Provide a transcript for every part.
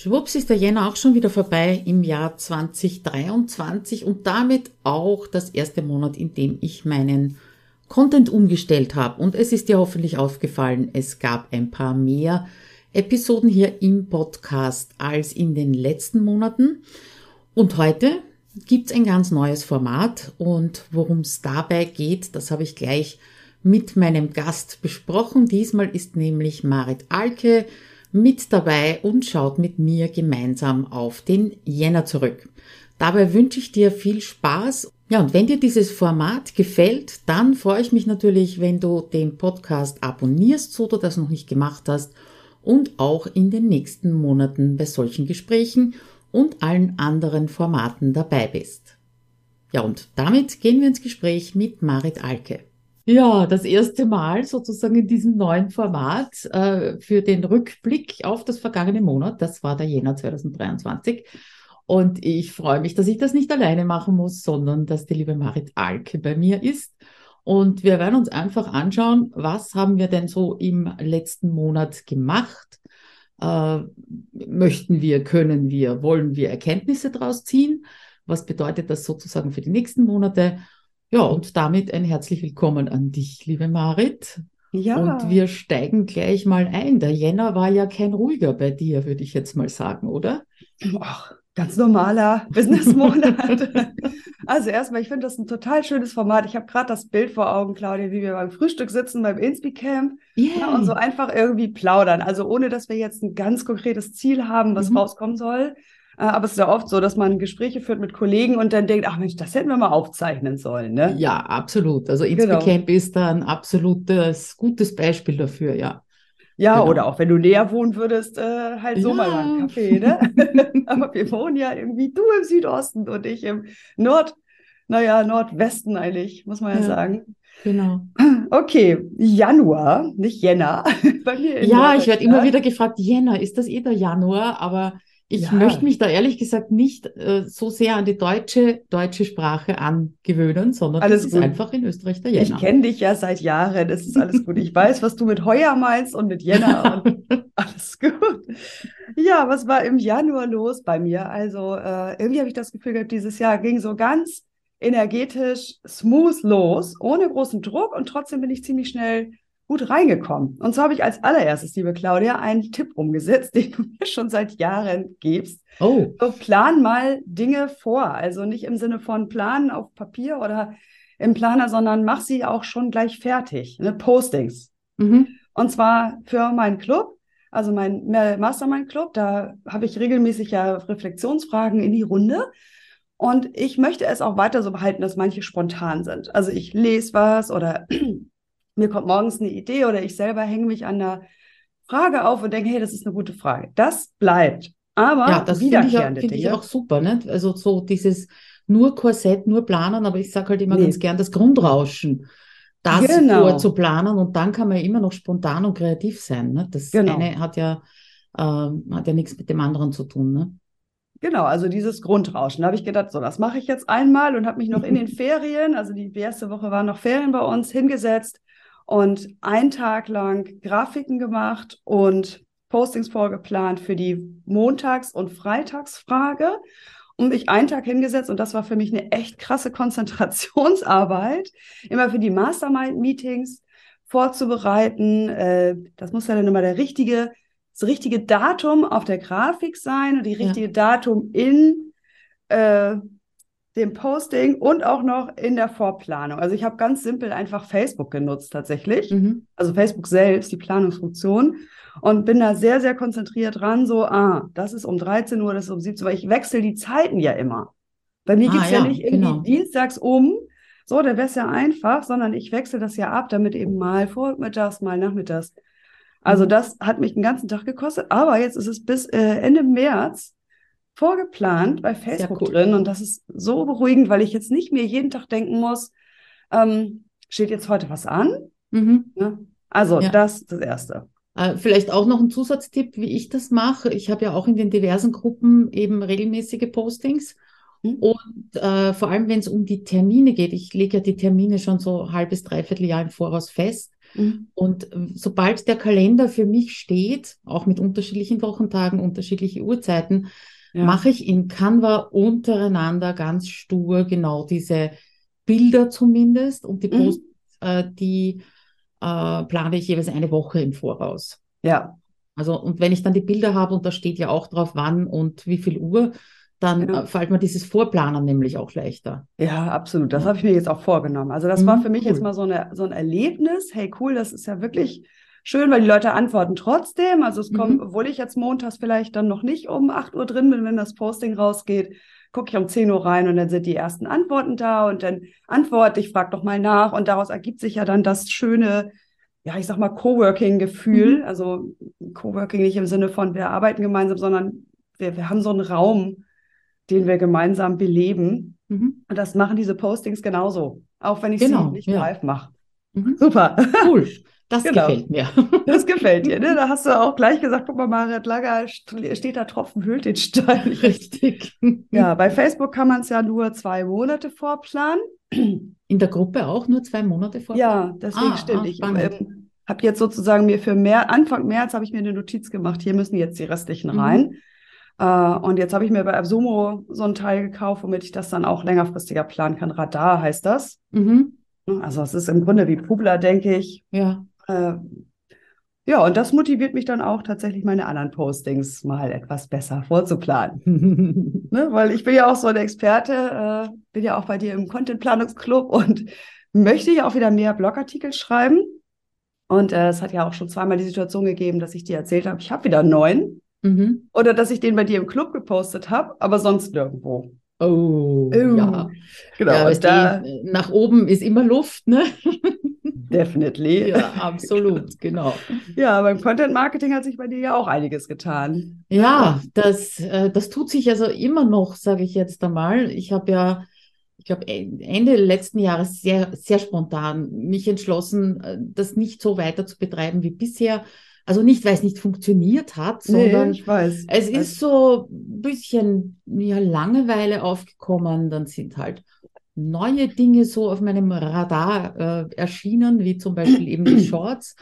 Schwupps ist der Jänner auch schon wieder vorbei im Jahr 2023 und damit auch das erste Monat, in dem ich meinen Content umgestellt habe. Und es ist dir hoffentlich aufgefallen, es gab ein paar mehr Episoden hier im Podcast als in den letzten Monaten. Und heute gibt's ein ganz neues Format und worum es dabei geht, das habe ich gleich mit meinem Gast besprochen. Diesmal ist nämlich Marit Alke mit dabei und schaut mit mir gemeinsam auf den Jänner zurück. Dabei wünsche ich dir viel Spaß. Ja, und wenn dir dieses Format gefällt, dann freue ich mich natürlich, wenn du den Podcast abonnierst, so du das noch nicht gemacht hast und auch in den nächsten Monaten bei solchen Gesprächen und allen anderen Formaten dabei bist. Ja, und damit gehen wir ins Gespräch mit Marit Alke. Ja, das erste Mal sozusagen in diesem neuen Format für den Rückblick auf das vergangene Monat. Das war der Jänner 2023. Und ich freue mich, dass ich das nicht alleine machen muss, sondern dass die liebe Marit Alke bei mir ist. Und wir werden uns einfach anschauen, was haben wir denn so im letzten Monat gemacht? Möchten wir, können wir, wollen wir Erkenntnisse daraus ziehen? Was bedeutet das sozusagen für die nächsten Monate? Ja, und damit ein herzlich willkommen an dich, liebe Marit. Und Ja, wir steigen gleich mal ein. Der Jänner war ja kein ruhiger bei dir, würde ich jetzt mal sagen, oder? ach, ganz normaler Businessmonat. Also erstmal, ich finde das ein total schönes Format. Ich habe gerade das Bild vor Augen, Claudia, wie wir beim Frühstück sitzen, beim Inspicamp, ne, und so Yay! einfach irgendwie plaudern. Also ohne, dass wir jetzt ein ganz konkretes Ziel haben, was Mhm. rauskommen soll. Aber es ist ja oft so, dass man Gespräche führt mit Kollegen und dann denkt, ach Mensch, das hätten wir mal aufzeichnen sollen, ne? Ja, absolut. Also Genau. Inspicamp ist da ein absolutes, gutes Beispiel dafür, ja. Ja, oder Genau. auch wenn du näher wohnen würdest, halt so mal beim Ja. Kaffee, ne? Aber wir wohnen ja irgendwie, du im Südosten und ich im Nordwesten eigentlich, muss man ja Ja, sagen. genau. Okay, Januar, nicht Jänner, bei mir in Ja, ich werde immer Norddeutschland. wieder gefragt, Jänner, ist das der Januar? Aber ich möchte Ja, mich da ehrlich gesagt nicht so sehr an die deutsche Sprache angewöhnen, sondern das alles ist gut. einfach in Österreich der Ich Jänner. kenne dich ja seit Jahren, es ist alles gut. Ich weiß, was du mit Heuer meinst und mit Jänner und alles gut. Ja, was war im Januar los bei mir? Also irgendwie habe ich das Gefühl gehabt, dieses Jahr ging so ganz energetisch, smooth los, ohne großen Druck und trotzdem bin ich ziemlich schnell gut reingekommen. Und so habe ich als allererstes, liebe Claudia, einen Tipp umgesetzt, den du mir schon seit Jahren gibst. Oh, So, plan mal Dinge vor. Also nicht im Sinne von planen auf Papier oder im Planer, sondern mach sie auch schon gleich fertig. Ne? Postings. mhm. Und zwar für meinen Club, also mein Mastermind-Club. Da habe ich regelmäßig ja Reflexionsfragen in die Runde. Und ich möchte es auch weiter so behalten, dass manche spontan sind. Also ich lese was oder mir kommt morgens eine Idee oder ich selber hänge mich an der Frage auf und denke, hey, das ist eine gute Frage. Das bleibt. Ja, Aber das wiederkehrende finde ich auch Dinge, super, ne? Also so dieses nur Korsett, nur planen, aber ich sage halt immer ganz nee, gern das Grundrauschen, das genau, vorzuplanen und dann kann man ja immer noch spontan und kreativ sein, ne? Das genau. eine hat ja nichts mit dem anderen zu tun, ne? Genau, also dieses Grundrauschen. Da habe ich gedacht, so, das mache ich jetzt einmal und habe mich noch in den Ferien, also die erste Woche waren noch Ferien bei uns, hingesetzt und einen Tag lang Grafiken gemacht und Postings vorgeplant für die Montags- und Freitagsfrage und mich einen Tag hingesetzt und das war für mich eine echt krasse Konzentrationsarbeit, immer für die Mastermind-Meetings vorzubereiten. Das muss ja dann immer das richtige Datum auf der Grafik sein und die Ja. richtige Datum in äh, dem Posting und auch noch in der Vorplanung. Also ich habe ganz simpel einfach Facebook genutzt tatsächlich. Mhm. Also Facebook selbst, die Planungsfunktion. Und bin da sehr, sehr konzentriert dran, so, das ist um 13 Uhr, das ist um 17 Uhr, weil ich wechsle die Zeiten ja immer. Bei mir gibt Ah es ja ja, nicht irgendwie genau. dienstags so, dann wäre es ja einfach, sondern ich wechsle das ja ab, damit eben mal vormittags, mal nachmittags. Also Mhm. das hat mich den ganzen Tag gekostet, aber jetzt ist es bis Ende März vorgeplant bei Sehr Facebook cool. drin und das ist so beruhigend, weil ich jetzt nicht mehr jeden Tag denken muss, steht jetzt heute was an? Mhm. Ne? Also Ja. das ist das Erste. Vielleicht auch noch ein Zusatztipp, wie ich das mache. Ich habe ja auch in den diversen Gruppen eben regelmäßige Postings. Hm? Und vor allem, wenn es um die Termine geht, ich lege ja die Termine schon so halbes, dreiviertel Jahr im Voraus fest. Mhm. Und sobald der Kalender für mich steht, auch mit unterschiedlichen Wochentagen, unterschiedliche Uhrzeiten, Ja. mache ich in Canva untereinander ganz stur genau diese Bilder zumindest und die Posts, Mhm. die plane ich jeweils eine Woche im Voraus. Ja. Also, und wenn ich dann die Bilder habe und da steht ja auch drauf, wann und wie viel Uhr, dann Ja. fällt mir dieses Vorplanen nämlich auch leichter. Ja, absolut. Das Ja. habe ich mir jetzt auch vorgenommen. Also das war für Mhm, mich jetzt cool. mal so ein Erlebnis. Hey, cool, das ist ja wirklich schön, weil die Leute antworten trotzdem. Also es kommt, Mhm, obwohl ich jetzt montags vielleicht dann noch nicht um 8 Uhr drin bin, wenn das Posting rausgeht, gucke ich um 10 Uhr rein und dann sind die ersten Antworten da und dann antworte ich, frage doch mal nach und daraus ergibt sich ja dann das schöne, ja, ich sag mal, Coworking-Gefühl. mhm, Also Coworking nicht im Sinne von, wir arbeiten gemeinsam, sondern wir haben so einen Raum, den wir gemeinsam beleben. mhm. Und das machen diese Postings genauso, auch wenn ich sie Genau, nicht ja. live mache. Mhm. Super. Cool. Das Genau. gefällt mir. Das gefällt dir, ne? Da hast du auch gleich gesagt, guck mal, Marit Lager steht da Tropfen höhlt den Stein. Richtig. Ja, bei Facebook kann man es ja nur 2 Monate vorplanen. In der Gruppe auch nur 2 Monate Ja, vorplanen? deswegen stimmt. Ich Spannend. habe jetzt sozusagen mir für Anfang März habe ich mir eine Notiz gemacht. Hier müssen jetzt die restlichen Mhm. rein. Und jetzt habe ich mir bei Absumo so ein Teil gekauft, womit ich das dann auch längerfristiger planen kann. Radar heißt das. Mhm. Also es ist im Grunde wie Publer, denke ich. Ja. Äh, ja, und das motiviert mich dann auch tatsächlich, meine anderen Postings mal etwas besser vorzuplanen. Ne? Weil ich bin ja auch so ein Experte, bin ja auch bei dir im Content-Planungsclub und möchte ja auch wieder mehr Blogartikel schreiben. Und es hat ja auch schon zweimal die Situation gegeben, dass ich dir erzählt habe, ich habe wieder einen neuen. Mhm. Oder dass ich den bei dir im Club gepostet habe, aber sonst nirgendwo. Oh, Oh, ja. Ja, genau, und weißt du, da nach oben ist immer Luft, ne? definitely. Ja, absolut, genau. Ja, beim Content Marketing hat sich bei dir ja auch einiges getan. Ne? Ja, das tut sich also immer noch, sage ich jetzt einmal. Ich habe ja, ich glaube, Ende letzten Jahres sehr, sehr spontan mich entschlossen, das nicht so weiter zu betreiben wie bisher. Also nicht, weil es nicht funktioniert hat, Nee, sondern ich weiß. es Ich weiß. ist so ein bisschen ja, Langeweile aufgekommen. Dann sind halt neue Dinge so auf meinem Radar erschienen, wie zum Beispiel eben die Shorts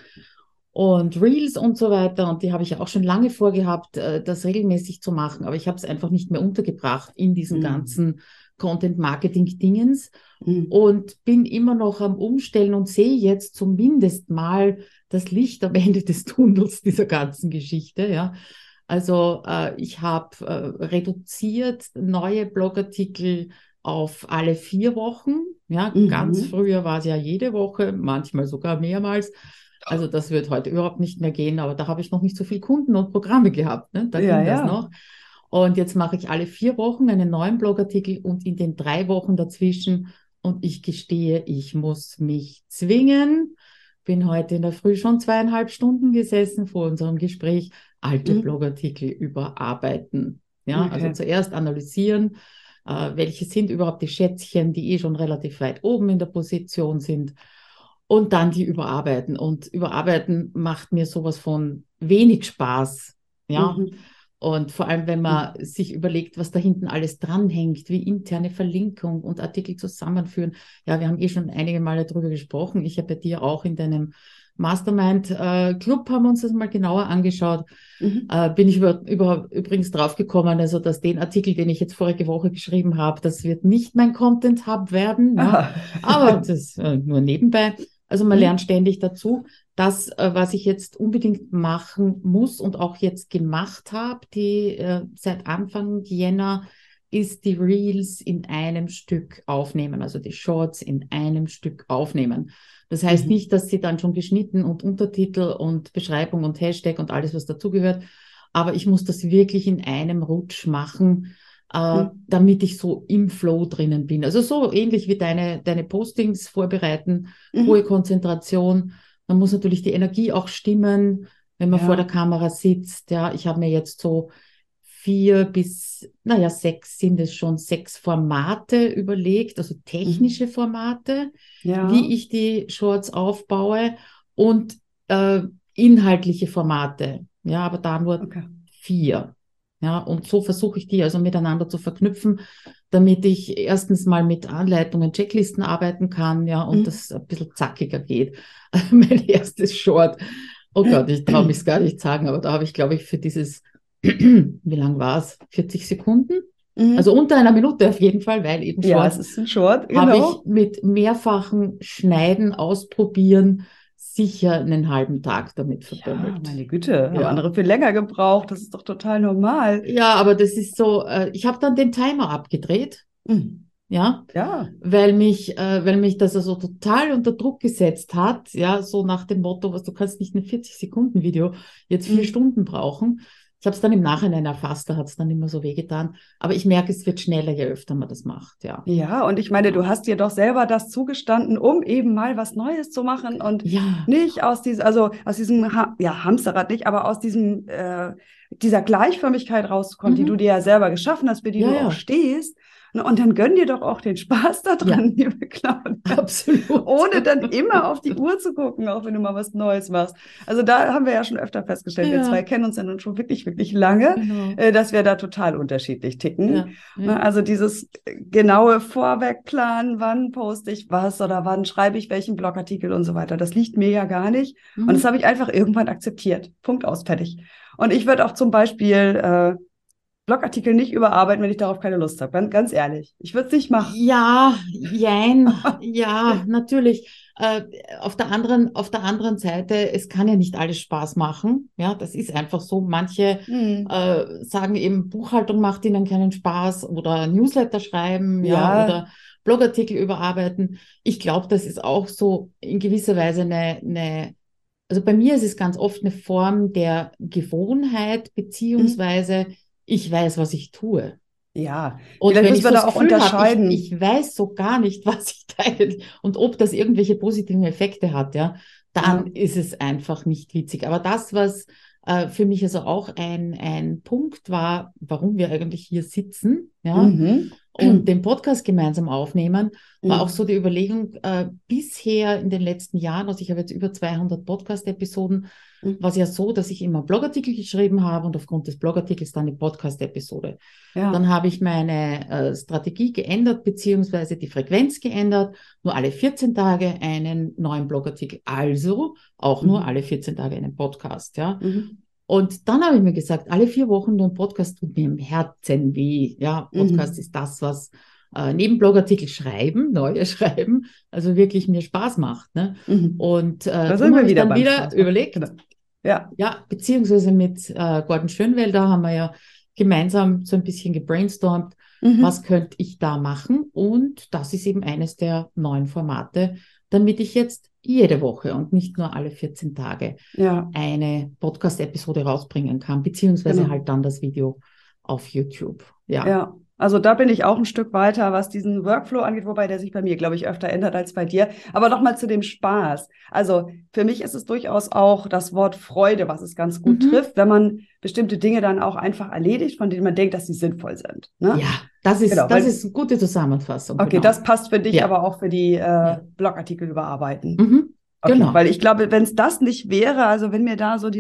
und Reels und so weiter. Und die habe ich ja auch schon lange vorgehabt, das regelmäßig zu machen, aber ich habe es einfach nicht mehr untergebracht in diesen Mm, ganzen Content-Marketing-Dingens mm, und bin immer noch am Umstellen und sehe jetzt zumindest mal das Licht am Ende des Tunnels dieser ganzen Geschichte, ja. Also ich habe reduziert neue Blogartikel auf alle 4 Wochen. Ja, ganz mhm. früher war es ja jede Woche, manchmal sogar mehrmals. Also das wird heute überhaupt nicht mehr gehen, aber da habe ich noch nicht so viele Kunden und Programme gehabt. Ne? Da Ja, ging das ja. noch. Und jetzt mache ich alle 4 Wochen einen neuen Blogartikel und in den 3 Wochen dazwischen. Und ich gestehe, ich muss mich zwingen. Bin heute in der Früh schon 2,5 Stunden gesessen vor unserem Gespräch. Alte Mm, Blogartikel überarbeiten. Ja, also okay. zuerst analysieren, welche sind überhaupt die Schätzchen, die schon relativ weit oben in der Position sind und dann die überarbeiten. Und überarbeiten macht mir sowas von wenig Spaß. Ja, Mhm. und vor allem, wenn man Mm, sich überlegt, was da hinten alles dranhängt, wie interne Verlinkung und Artikel zusammenführen. Ja, wir haben eh schon einige Male darüber gesprochen. Ich habe bei dir auch in deinem Mastermind-Club haben wir uns das mal genauer angeschaut. mhm. Bin ich übrigens drauf gekommen, also dass den Artikel, den ich jetzt vorige Woche geschrieben habe, das wird nicht mein Content Hub werden, ja, Aha. aber das nur nebenbei. Also man lernt Mm, ständig dazu. Das, was ich jetzt unbedingt machen muss und auch jetzt gemacht habe, die seit Anfang Jänner, ist die Reels in einem Stück aufnehmen, also die Shorts in einem Stück aufnehmen. Das heißt mhm. nicht, dass sie dann schon geschnitten und Untertitel und Beschreibung und Hashtag und alles, was dazugehört, aber ich muss das wirklich in einem Rutsch machen, Mm, damit ich so im Flow drinnen bin. Also so ähnlich wie deine Postings vorbereiten, hohe mhm. Konzentration. Man muss natürlich die Energie auch stimmen, wenn man vor der Ja. Kamera sitzt. Ja, ich habe mir jetzt so 4 bis 6 sind es schon 6 Formate überlegt, also Mhm. technische Formate, Ja. wie ich die Shorts aufbaue und äh, inhaltliche Formate. Ja, aber da nur Okay. 4. Ja, und so versuche ich die also miteinander zu verknüpfen, damit ich erstens mal mit Anleitungen, Checklisten arbeiten kann, ja, und das ein bisschen zackiger geht. Mein erstes Short, oh Gott, ich traue mich es gar nicht sagen, aber da habe ich, glaube ich, für dieses, wie lang war es? 40 Sekunden? Also unter einer Minute auf jeden Fall, weil eben Ja, Short, es ist ein Short, habe genau. ich mit mehrfachen Schneiden, Ausprobieren sicher einen halben Tag damit Ja, verbümmelt. meine Güte, haben Ja. andere viel länger gebraucht. Das ist doch total normal. Ja, aber das ist so, ich habe dann den Timer abgedreht, Mhm. ja, Ja. weil mich das also total unter Druck gesetzt hat, ja, so nach dem Motto, was du kannst nicht ein 40-Sekunden-Video jetzt 4 Stunden brauchen. Ich habe es dann im Nachhinein erfasst, da hat es dann immer so wehgetan. Aber ich merke, es wird schneller, je öfter man das macht, ja. Ja, und ich meine, du hast dir doch selber das zugestanden, um eben mal was Neues zu machen und Ja, nicht also aus diesem Hamsterrad nicht, aber aus dieser Gleichförmigkeit rauszukommen, die du dir ja selber geschaffen hast, für die ja, du auch ja, stehst. Und dann gönn dir doch auch den Spaß ja, daran, liebe Claudia. absolut. Ohne dann immer auf die Uhr zu gucken, auch wenn du mal was Neues machst. Also da haben wir ja schon öfter festgestellt, wir zwei Ja, kennen uns ja nun schon wirklich, wirklich lange, genau. dass wir da total unterschiedlich ticken. Ja, Ne, ja. also dieses genaue Vorwegplanen, wann poste ich was oder wann schreibe ich welchen Blogartikel und so weiter, das liegt mir ja gar nicht. Und das Mhm. habe ich einfach irgendwann akzeptiert. Punkt aus, fertig. Und ich würde auch zum Beispiel Blogartikel nicht überarbeiten, wenn ich darauf keine Lust habe. Ganz ehrlich. Ich würde es nicht machen. Ja, jein, ja, natürlich. Auf der anderen Seite, es kann ja nicht alles Spaß machen. Ja, das ist einfach so. Manche Hm. sagen eben, Buchhaltung macht ihnen keinen Spaß oder Newsletter schreiben, ja, Ja. oder Blogartikel überarbeiten. Ich glaube, das ist auch so in gewisser Weise also bei mir ist es ganz oft eine Form der Gewohnheit, Hm. beziehungsweise ich weiß, was ich tue. Ja. Und Vielleicht wenn müssen ich wir so da das auch Gefühl habe, unterscheiden. ich weiß so gar nicht, was ich da eigentlich und ob das irgendwelche positiven Effekte hat, ja, dann Ja. ist es einfach nicht witzig. Aber das, was für mich also auch ein Punkt war, warum wir eigentlich hier sitzen, ja, Mhm. und den Podcast gemeinsam aufnehmen, war auch so Mhm. die Überlegung, bisher in den letzten Jahren, also ich habe jetzt über 200 Podcast-Episoden, war es ja so, dass ich immer Blogartikel geschrieben habe und aufgrund des Blogartikels dann die Podcast-Episode. Ja. Dann habe ich meine Strategie geändert, beziehungsweise die Frequenz geändert, nur alle 14 Tage einen neuen Blogartikel, also auch nur Mhm. alle 14 Tage einen Podcast, ja. Mhm. Und dann habe ich mir gesagt, alle 4 Wochen nur ein Podcast tut mir im Herzen weh. Ja, Podcast Mhm. ist das, was neben Blogartikel schreiben, neue schreiben, also wirklich mir Spaß macht. Ne? Mhm. Und Da darum sind wir habe ich wieder dann beim wieder Spaß machen. Genau. überlegt, Ja. ja, beziehungsweise mit Gordon Schönwelder haben wir ja gemeinsam so ein bisschen gebrainstormt, was Mhm. könnte ich da machen? Und das ist eben eines der neuen Formate, damit ich jetzt jede Woche und nicht nur alle 14 Tage Ja. eine Podcast-Episode rausbringen kann, beziehungsweise Genau. halt dann das Video auf YouTube. Ja. Ja, also da bin ich auch ein Stück weiter, was diesen Workflow angeht, wobei der sich bei mir, glaube ich, öfter ändert als bei dir. Aber nochmal zu dem Spaß. Also für mich ist es durchaus auch das Wort Freude, was es ganz gut Mhm. trifft, wenn man bestimmte Dinge dann auch einfach erledigt, von denen man denkt, dass sie sinnvoll sind. Ne? Ja, Genau, das weil, ist eine gute Zusammenfassung, okay, genau. das passt für dich, Ja, aber auch für die ja. Blogartikel überarbeiten. Mhm. Okay, weil Genau. ich glaube, wenn es das nicht wäre, also wenn mir da so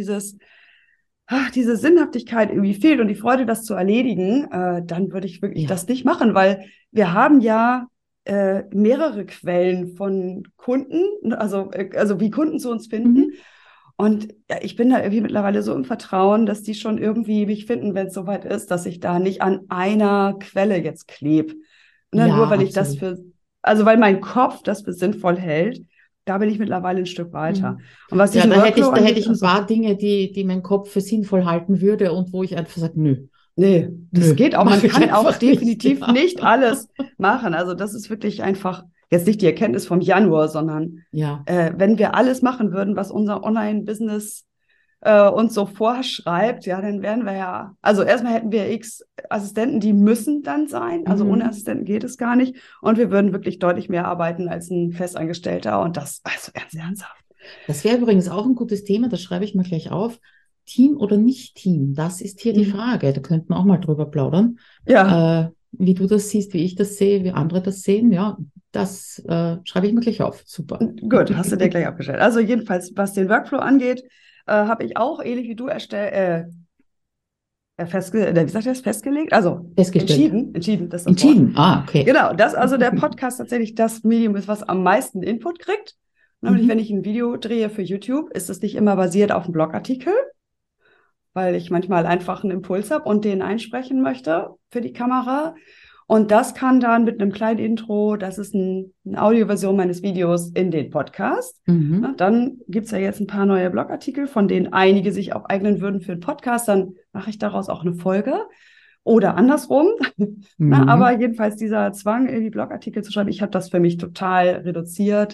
diese Sinnhaftigkeit irgendwie fehlt und die Freude, das zu erledigen, dann würde ich wirklich das Ja. nicht machen, weil wir haben ja mehrere Quellen von Kunden, also wie Kunden zu uns finden. Mhm. Und ja, ich bin da irgendwie mittlerweile so im Vertrauen, dass die schon irgendwie mich finden, wenn es soweit ist, dass ich da nicht an einer Quelle jetzt klebe. Ne, nur Ja, weil ich absolut. also weil mein Kopf das für sinnvoll hält, da bin ich mittlerweile ein Stück weiter. Mhm. Und was Ja, diesen Workflow da hätte angeht, ich ein also paar Dinge, die mein Kopf für sinnvoll halten würde und wo ich einfach sage, nö, nee, das nö, geht auch. Man mache ich kann auch einfach nicht. definitiv Ja. nicht alles machen. Also das ist wirklich einfach jetzt nicht die Erkenntnis vom Januar, sondern Ja. wenn wir alles machen würden, was unser Online-Business uns so vorschreibt, ja, dann wären wir ja, also erstmal hätten wir x Assistenten, die müssen dann sein. Also ohne Mhm. Assistenten geht es gar nicht. Und wir würden wirklich deutlich mehr arbeiten als ein Festangestellter. Und das, also ganz Mhm. ernsthaft. Das wäre übrigens auch ein gutes Thema, das schreibe ich mal gleich auf. Team oder nicht Team, das ist hier die Mhm. Frage. Da könnten wir auch mal drüber plaudern. Ja, Wie du das siehst, wie ich das sehe, wie andere das sehen. Ja, das schreibe ich mir gleich auf. Super. gut, hast du dir gleich abgestellt. Also jedenfalls, was den Workflow angeht, habe ich auch, ähnlich wie du, wie sagt er das, festgelegt? Also Festgestellt. entschieden, das ist das Wort. Entschieden. Ah, okay. Genau, dass also der Podcast tatsächlich das Medium ist, was am meisten Input kriegt. Nämlich, wenn ich ein Video drehe für YouTube, ist es nicht immer basiert auf einem Blogartikel, weil ich manchmal einfach einen Impuls habe und den einsprechen möchte für die Kamera. Und das kann dann mit einem kleinen Intro, das ist eine Audioversion meines Videos in den Podcast. Mhm. Dann gibt es ja jetzt ein paar neue Blogartikel, von denen einige sich auch eignen würden für einen Podcast. Dann mache ich daraus auch eine Folge. Oder andersrum. Aber jedenfalls dieser Zwang, irgendwie Blogartikel zu schreiben, ich habe das für mich total reduziert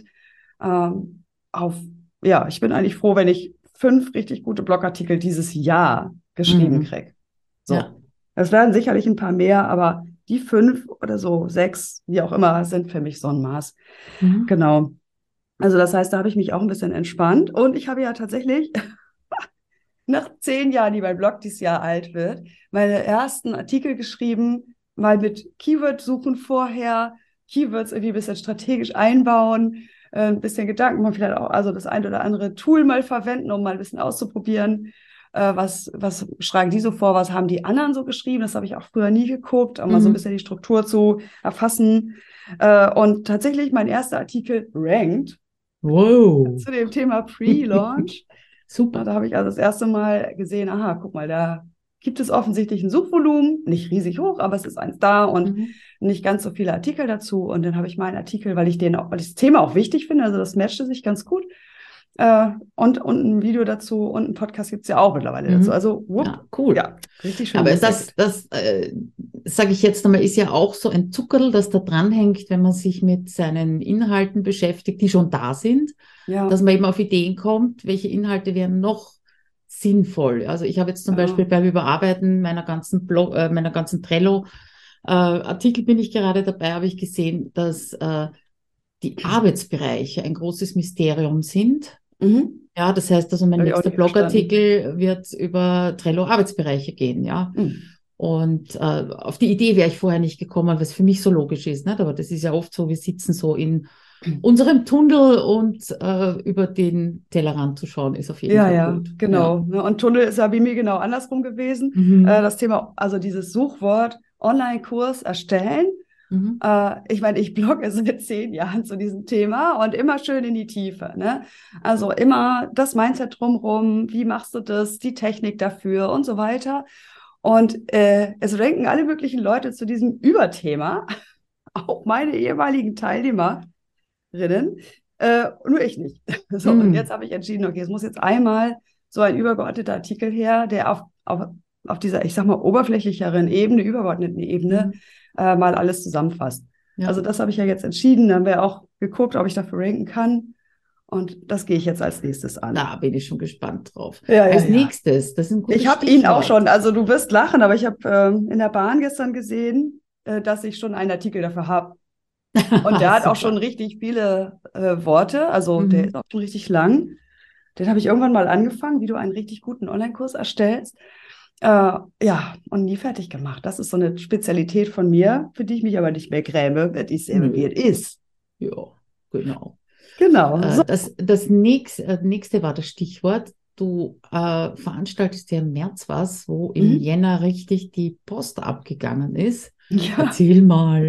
ich bin eigentlich froh, wenn ich 5 richtig gute Blogartikel dieses Jahr geschrieben kriege. So. Ja. Das werden sicherlich ein paar mehr, aber die 5 oder so, 6, wie auch immer, sind für mich so ein Maß. Genau. Also das heißt, da habe ich mich auch ein bisschen entspannt. Und ich habe ja tatsächlich nach 10 Jahren, die mein Blog dieses Jahr alt wird, meine ersten Artikel geschrieben, mal mit Keyword-Suchen vorher, Keywords irgendwie ein bisschen strategisch einbauen, ein bisschen Gedanken machen, vielleicht auch also das ein oder andere Tool mal verwenden, um mal ein bisschen auszuprobieren. Was schlagen die so vor, was haben die anderen so geschrieben? Das habe ich auch früher nie geguckt, um mal so ein bisschen die Struktur zu erfassen. Und tatsächlich mein erster Artikel rankt zu dem Thema Pre-Launch. Super. Da habe ich also das erste Mal gesehen, aha, guck mal, da gibt es offensichtlich ein Suchvolumen, nicht riesig hoch, aber es ist eins da und nicht ganz so viele Artikel dazu. Und dann habe ich meinen Artikel, weil ich das Thema auch wichtig finde, also das matchte sich ganz gut. Und ein Video dazu und einen Podcast gibt es ja auch mittlerweile dazu. Also, ja, cool. Ja, richtig schön. Aber das sage ich jetzt nochmal, ist ja auch so ein Zuckerl, das da dranhängt, wenn man sich mit seinen Inhalten beschäftigt, die schon da sind, dass man eben auf Ideen kommt, welche Inhalte wären noch sinnvoll. Also ich habe jetzt zum Beispiel beim Überarbeiten meiner ganzen Trello-Artikel bin ich gerade dabei, habe ich gesehen, dass die Arbeitsbereiche ein großes Mysterium sind. Ja, das heißt, also mein nächster Blogartikel wird über Trello-Arbeitsbereiche gehen, ja. Und auf die Idee wäre ich vorher nicht gekommen, was für mich so logisch ist, nicht? Aber das ist ja oft so, wir sitzen so in unserem Tunnel und über den Tellerrand zu schauen, ist auf jeden Fall gut. Ja, genau. Ja. Und Tunnel ist ja bei mir genau andersrum gewesen. Das Thema, also dieses Suchwort Online-Kurs erstellen. Ich meine, ich blogge seit 10 Jahren zu diesem Thema und immer schön in die Tiefe. Ne? Also immer das Mindset drumherum, wie machst du das, die Technik dafür und so weiter. Und es ranken alle möglichen Leute zu diesem Überthema, auch meine ehemaligen Teilnehmerinnen, nur ich nicht. So, und jetzt habe ich entschieden, okay, es muss jetzt einmal so ein übergeordneter Artikel her, der auf dieser, ich sag mal, oberflächlicheren Ebene, übergeordneten Ebene mal alles zusammenfasst. Ja. Also das habe ich ja jetzt entschieden. Dann haben wir auch geguckt, ob ich dafür ranken kann. Und das gehe ich jetzt als nächstes an. Da bin ich schon gespannt drauf. Ja, nächstes, das ist ein gutes Ich habe ihn auch schon, also du wirst lachen, aber ich habe in der Bahn gestern gesehen, dass ich schon einen Artikel dafür habe. Und der hat auch schon richtig viele Worte, also der ist auch schon richtig lang. Den habe ich irgendwann mal angefangen, wie du einen richtig guten Online-Kurs erstellst. Und nie fertig gemacht. Das ist so eine Spezialität von mir, für die ich mich aber nicht mehr gräme, wenn die selber wie es ist. Ja, genau. Genau. Das nächste war das Stichwort. Du veranstaltest ja im März was, wo im Jänner richtig die Post abgegangen ist. Ja. Erzähl mal.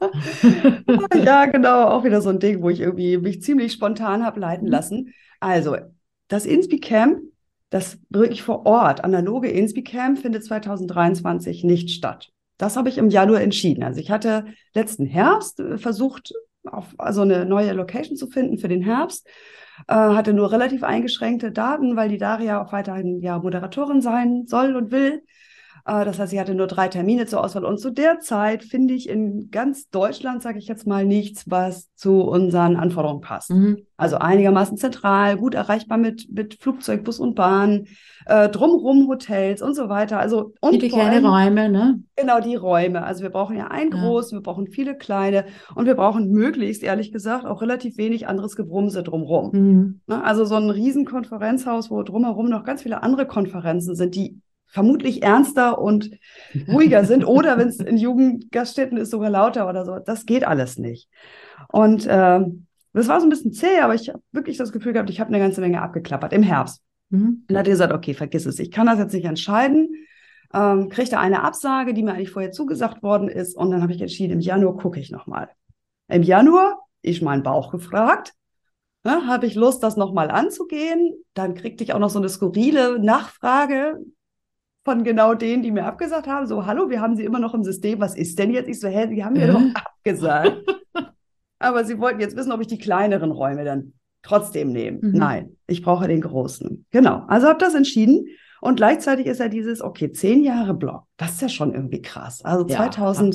Ja, genau. Auch wieder so ein Ding, wo ich irgendwie mich ziemlich spontan habe leiten lassen. Also, das Inspicamp, das wirklich vor Ort, analoge Inspicamp, findet 2023 nicht statt. Das habe ich im Januar entschieden. Also ich hatte letzten Herbst versucht, also eine neue Location zu finden für den Herbst, hatte nur relativ eingeschränkte Daten, weil die Daria auch weiterhin ja Moderatorin sein soll und will. Das heißt, ich hatte nur 3 Termine zur Auswahl. Und zu der Zeit finde ich in ganz Deutschland, sage ich jetzt mal, nichts, was zu unseren Anforderungen passt. Also einigermaßen zentral, gut erreichbar mit Flugzeug, Bus und Bahn, drumherum Hotels und so weiter. Also, und viele kleine Räume, ne? Genau, die Räume. Also wir brauchen ja einen großen, wir brauchen viele kleine und wir brauchen möglichst, ehrlich gesagt, auch relativ wenig anderes Gebrumse drumherum. Ne? Also so ein Riesenkonferenzhaus, wo drumherum noch ganz viele andere Konferenzen sind, die vermutlich ernster und ruhiger sind. Oder wenn es in Jugendgaststätten ist, sogar lauter oder so. Das geht alles nicht. Und das war so ein bisschen zäh, aber ich habe wirklich das Gefühl gehabt, ich habe eine ganze Menge abgeklappert im Herbst. Und da hat er gesagt, okay, vergiss es. Ich kann das jetzt nicht entscheiden. kriegte eine Absage, die mir eigentlich vorher zugesagt worden ist. Und dann habe ich entschieden, im Januar gucke ich nochmal. Im Januar, ich meinen Bauch gefragt, ne, habe ich Lust, das nochmal anzugehen. Dann kriegte ich auch noch so eine skurrile Nachfrage von genau denen, die mir abgesagt haben. So, hallo, wir haben Sie immer noch im System. Was ist denn jetzt? Ich so, hä, Sie haben mir doch abgesagt. Aber Sie wollten jetzt wissen, ob ich die kleineren Räume dann trotzdem nehme. Nein, ich brauche den großen. Genau, also habe das entschieden. Und gleichzeitig ist ja dieses, okay, 10 Jahre Blog. Das ist ja schon irgendwie krass. Also Ja,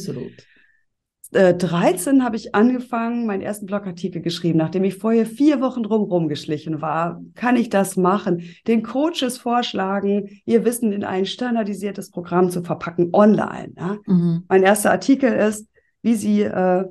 2013 habe ich angefangen, meinen ersten Blogartikel geschrieben, nachdem ich vorher 4 Wochen drumherum geschlichen war. Kann ich das machen? Den Coaches vorschlagen, ihr Wissen in ein standardisiertes Programm zu verpacken, online. Ja? Mein erster Artikel ist, wie Sie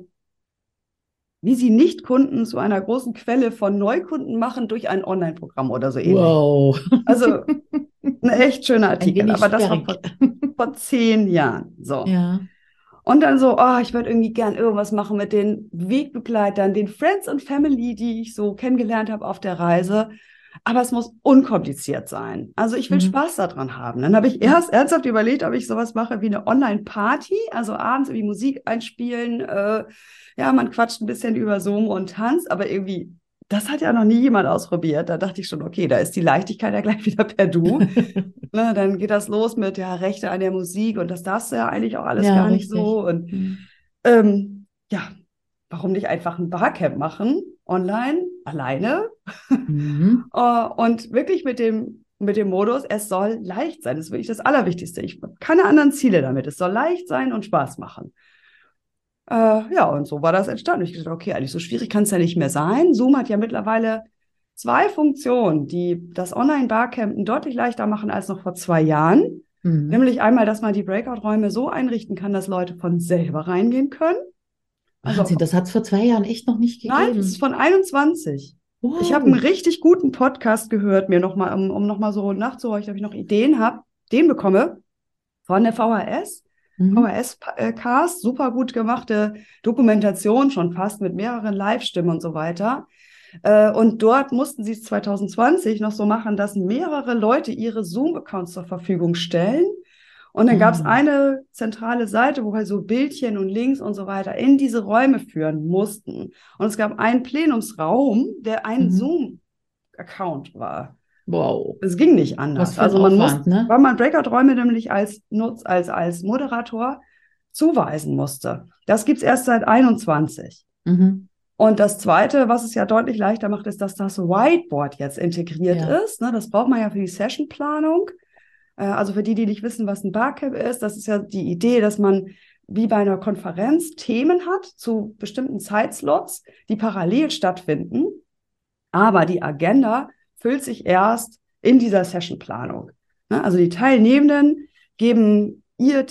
Nicht-Kunden zu einer großen Quelle von Neukunden machen durch ein Online-Programm oder so ähnlich. Wow. Also ein echt schöner Artikel, aber das war sperrig. vor 10 Jahren. So. Ja. Und dann so, oh, ich würde irgendwie gern irgendwas machen mit den Wegbegleitern, den Friends und Family, die ich so kennengelernt habe auf der Reise. Aber es muss unkompliziert sein. Also ich will Spaß daran haben. Dann habe ich erst ernsthaft überlegt, ob ich sowas mache wie eine Online-Party, also abends irgendwie Musik einspielen. Ja, man quatscht ein bisschen über Zoom und tanzt, aber irgendwie, das hat ja noch nie jemand ausprobiert. Da dachte ich schon, okay, da ist die Leichtigkeit ja gleich wieder per Du. Ne, dann geht das los mit ja, Rechte an der Musik und das darfst du ja eigentlich auch alles gar nicht richtig. so. Und ja, warum nicht einfach ein Barcamp machen, online, alleine? Und wirklich mit dem Modus, es soll leicht sein. Das ist wirklich das Allerwichtigste. Ich habe keine anderen Ziele damit. Es soll leicht sein und Spaß machen. Ja, und so war das entstanden. Ich dachte, okay, eigentlich so schwierig kann es ja nicht mehr sein. Zoom hat ja mittlerweile 2 Funktionen, die das Online-Barcampen deutlich leichter machen als noch vor 2 Jahren. Nämlich einmal, dass man die Breakout-Räume so einrichten kann, dass Leute von selber reingehen können. Wahnsinn, das hat es vor 2 Jahren echt noch nicht gegeben. Nein, das ist von 21. Wow. Ich habe einen richtig guten Podcast gehört, mir nochmal, um nochmal so nachzuhorchen, ob ich noch Ideen habe, den bekomme von der VHS. VHS-Cast, super gut gemachte Dokumentation, schon fast mit mehreren Live-Stimmen und so weiter. Und dort mussten sie es 2020 noch so machen, dass mehrere Leute ihre Zoom-Accounts zur Verfügung stellen. Und dann gab es eine zentrale Seite, wo halt so Bildchen und Links und so weiter in diese Räume führen mussten. Und es gab einen Plenumsraum, der ein Zoom-Account war. Wow. Es ging nicht anders. Was für ein Aufwand, ne? Weil man Breakout-Räume nämlich als Moderator zuweisen musste. Das gibt es erst seit 21. Und das Zweite, was es ja deutlich leichter macht, ist, dass das Whiteboard jetzt integriert ist. Ne? Das braucht man ja für die Sessionplanung. Also für die, die nicht wissen, was ein Barcamp ist, das ist ja die Idee, dass man wie bei einer Konferenz Themen hat zu bestimmten Zeitslots, die parallel stattfinden. Aber die Agenda füllt sich erst in dieser Sessionplanung. Ne? Also die Teilnehmenden geben ihre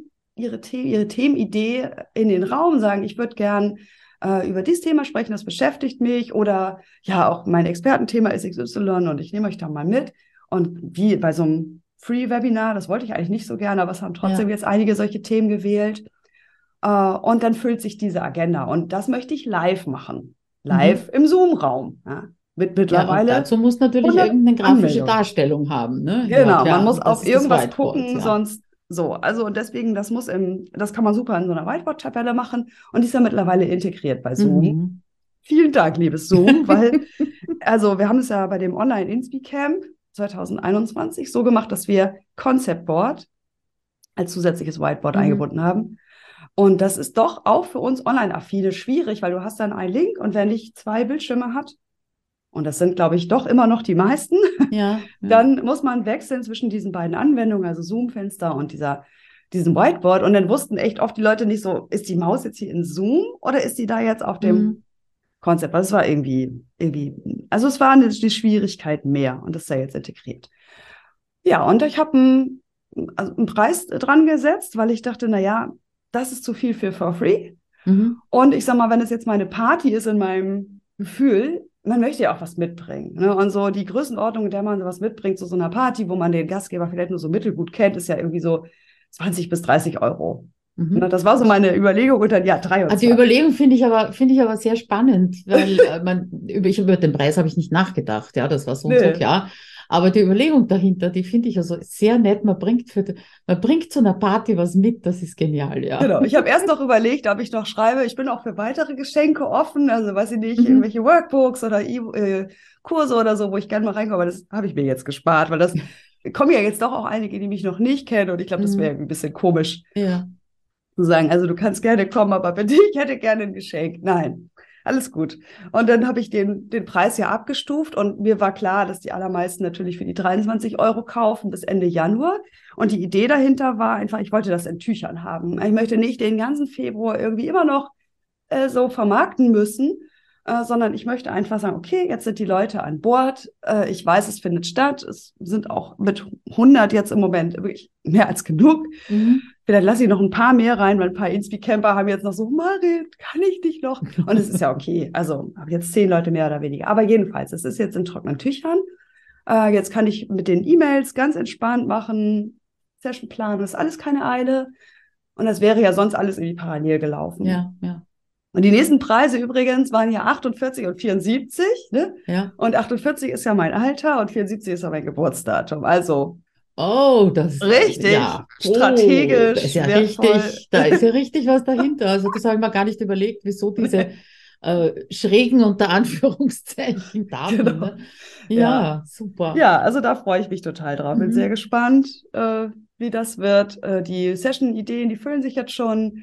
Themenidee in den Raum, sagen, ich würde gern über dieses Thema sprechen, das beschäftigt mich, oder ja, auch mein Expertenthema ist XY und ich nehme euch da mal mit. Und wie bei so einem Free-Webinar, das wollte ich eigentlich nicht so gerne, aber es haben trotzdem jetzt einige solche Themen gewählt. Und dann füllt sich diese Agenda. Und das möchte ich live machen. Live im Zoom-Raum. Ja. Mit mittlerweile. Ja, dazu muss natürlich irgendeine grafische Darstellung haben. Ne? Genau, ja, man muss auf irgendwas Whiteboard, gucken, sonst so. Also und deswegen, das kann man super in so einer Whiteboard-Tabelle machen und die ist ja mittlerweile integriert bei Zoom. Vielen Dank, liebes Zoom, weil, also wir haben es ja bei dem Online-Inspi-Camp 2021 so gemacht, dass wir Concept Board als zusätzliches Whiteboard eingebunden haben. Und das ist doch auch für uns Online-Affine schwierig, weil du hast dann einen Link und wer nicht 2 Bildschirme hat, und das sind, glaube ich, doch immer noch die meisten, dann muss man wechseln zwischen diesen beiden Anwendungen, also Zoom-Fenster und diesem Whiteboard. Und dann wussten echt oft die Leute nicht so, ist die Maus jetzt hier in Zoom oder ist die da jetzt auf dem Konzept? Also es war irgendwie, also es war die Schwierigkeit mehr und das ist ja jetzt integriert. Ja, und ich habe einen Preis dran gesetzt, weil ich dachte, naja, das ist zu viel für for free. Und ich sag mal, wenn es jetzt meine Party ist in meinem Gefühl, man möchte ja auch was mitbringen. Ne? Und so die Größenordnung, in der man sowas mitbringt zu so einer Party, wo man den Gastgeber vielleicht nur so mittelgut kennt, ist ja irgendwie so 20 bis 30 Euro. Ne? Das war so meine Überlegung und dann, 23. Also die Überlegung finde ich aber sehr spannend, weil über den Preis habe ich nicht nachgedacht. Ja, das war so und so klar. Aber die Überlegung dahinter, die finde ich also sehr nett. Man bringt zu einer Party was mit, das ist genial, ja. Genau, ich habe erst noch überlegt, ob ich noch schreibe. Ich bin auch für weitere Geschenke offen, also weiß ich nicht, Mhm. irgendwelche Workbooks oder Kurse oder so, wo ich gerne mal reinkomme. Aber das habe ich mir jetzt gespart, weil das kommen ja jetzt doch auch einige, die mich noch nicht kennen. Und ich glaube, das wäre Mhm. irgendwie ein bisschen komisch Ja. zu sagen, also du kannst gerne kommen, aber bitte, ich hätte gerne ein Geschenk. Nein, alles gut. Und dann habe ich den Preis ja abgestuft und mir war klar, dass die allermeisten natürlich für die 23 Euro kaufen bis Ende Januar. Und die Idee dahinter war einfach, ich wollte das in Tüchern haben. Ich möchte nicht den ganzen Februar irgendwie immer noch so vermarkten müssen, sondern ich möchte einfach sagen, okay, jetzt sind die Leute an Bord. Ich weiß, es findet statt. Es sind auch mit 100 jetzt im Moment wirklich mehr als genug. Mhm. Vielleicht lasse ich noch ein paar mehr rein, weil ein paar Inspi-Camper haben jetzt noch so, Marit, kann ich dich noch? Und es ist ja okay. Also habe jetzt 10 Leute mehr oder weniger. Aber jedenfalls, es ist jetzt in trockenen Tüchern. Jetzt kann ich mit den E-Mails ganz entspannt machen, Session planen, das ist alles keine Eile. Und das wäre ja sonst alles irgendwie parallel gelaufen. Ja, ja, Und die nächsten Preise übrigens waren ja 48 und 74, ne? ja. Und 48 ist ja mein Alter und 74 ist ja mein Geburtsdatum. Also Oh, richtig ja, oh, strategisch, wertvoll. da ist ja richtig was dahinter. Also das habe ich mir gar nicht überlegt, wieso diese schrägen unter Anführungszeichen Daten. Genau. Ne? Ja. Ja, super. Ja, also da freue ich mich total drauf. Bin sehr Mhm. gespannt, wie das wird. Die Session-Ideen, die füllen sich jetzt schon.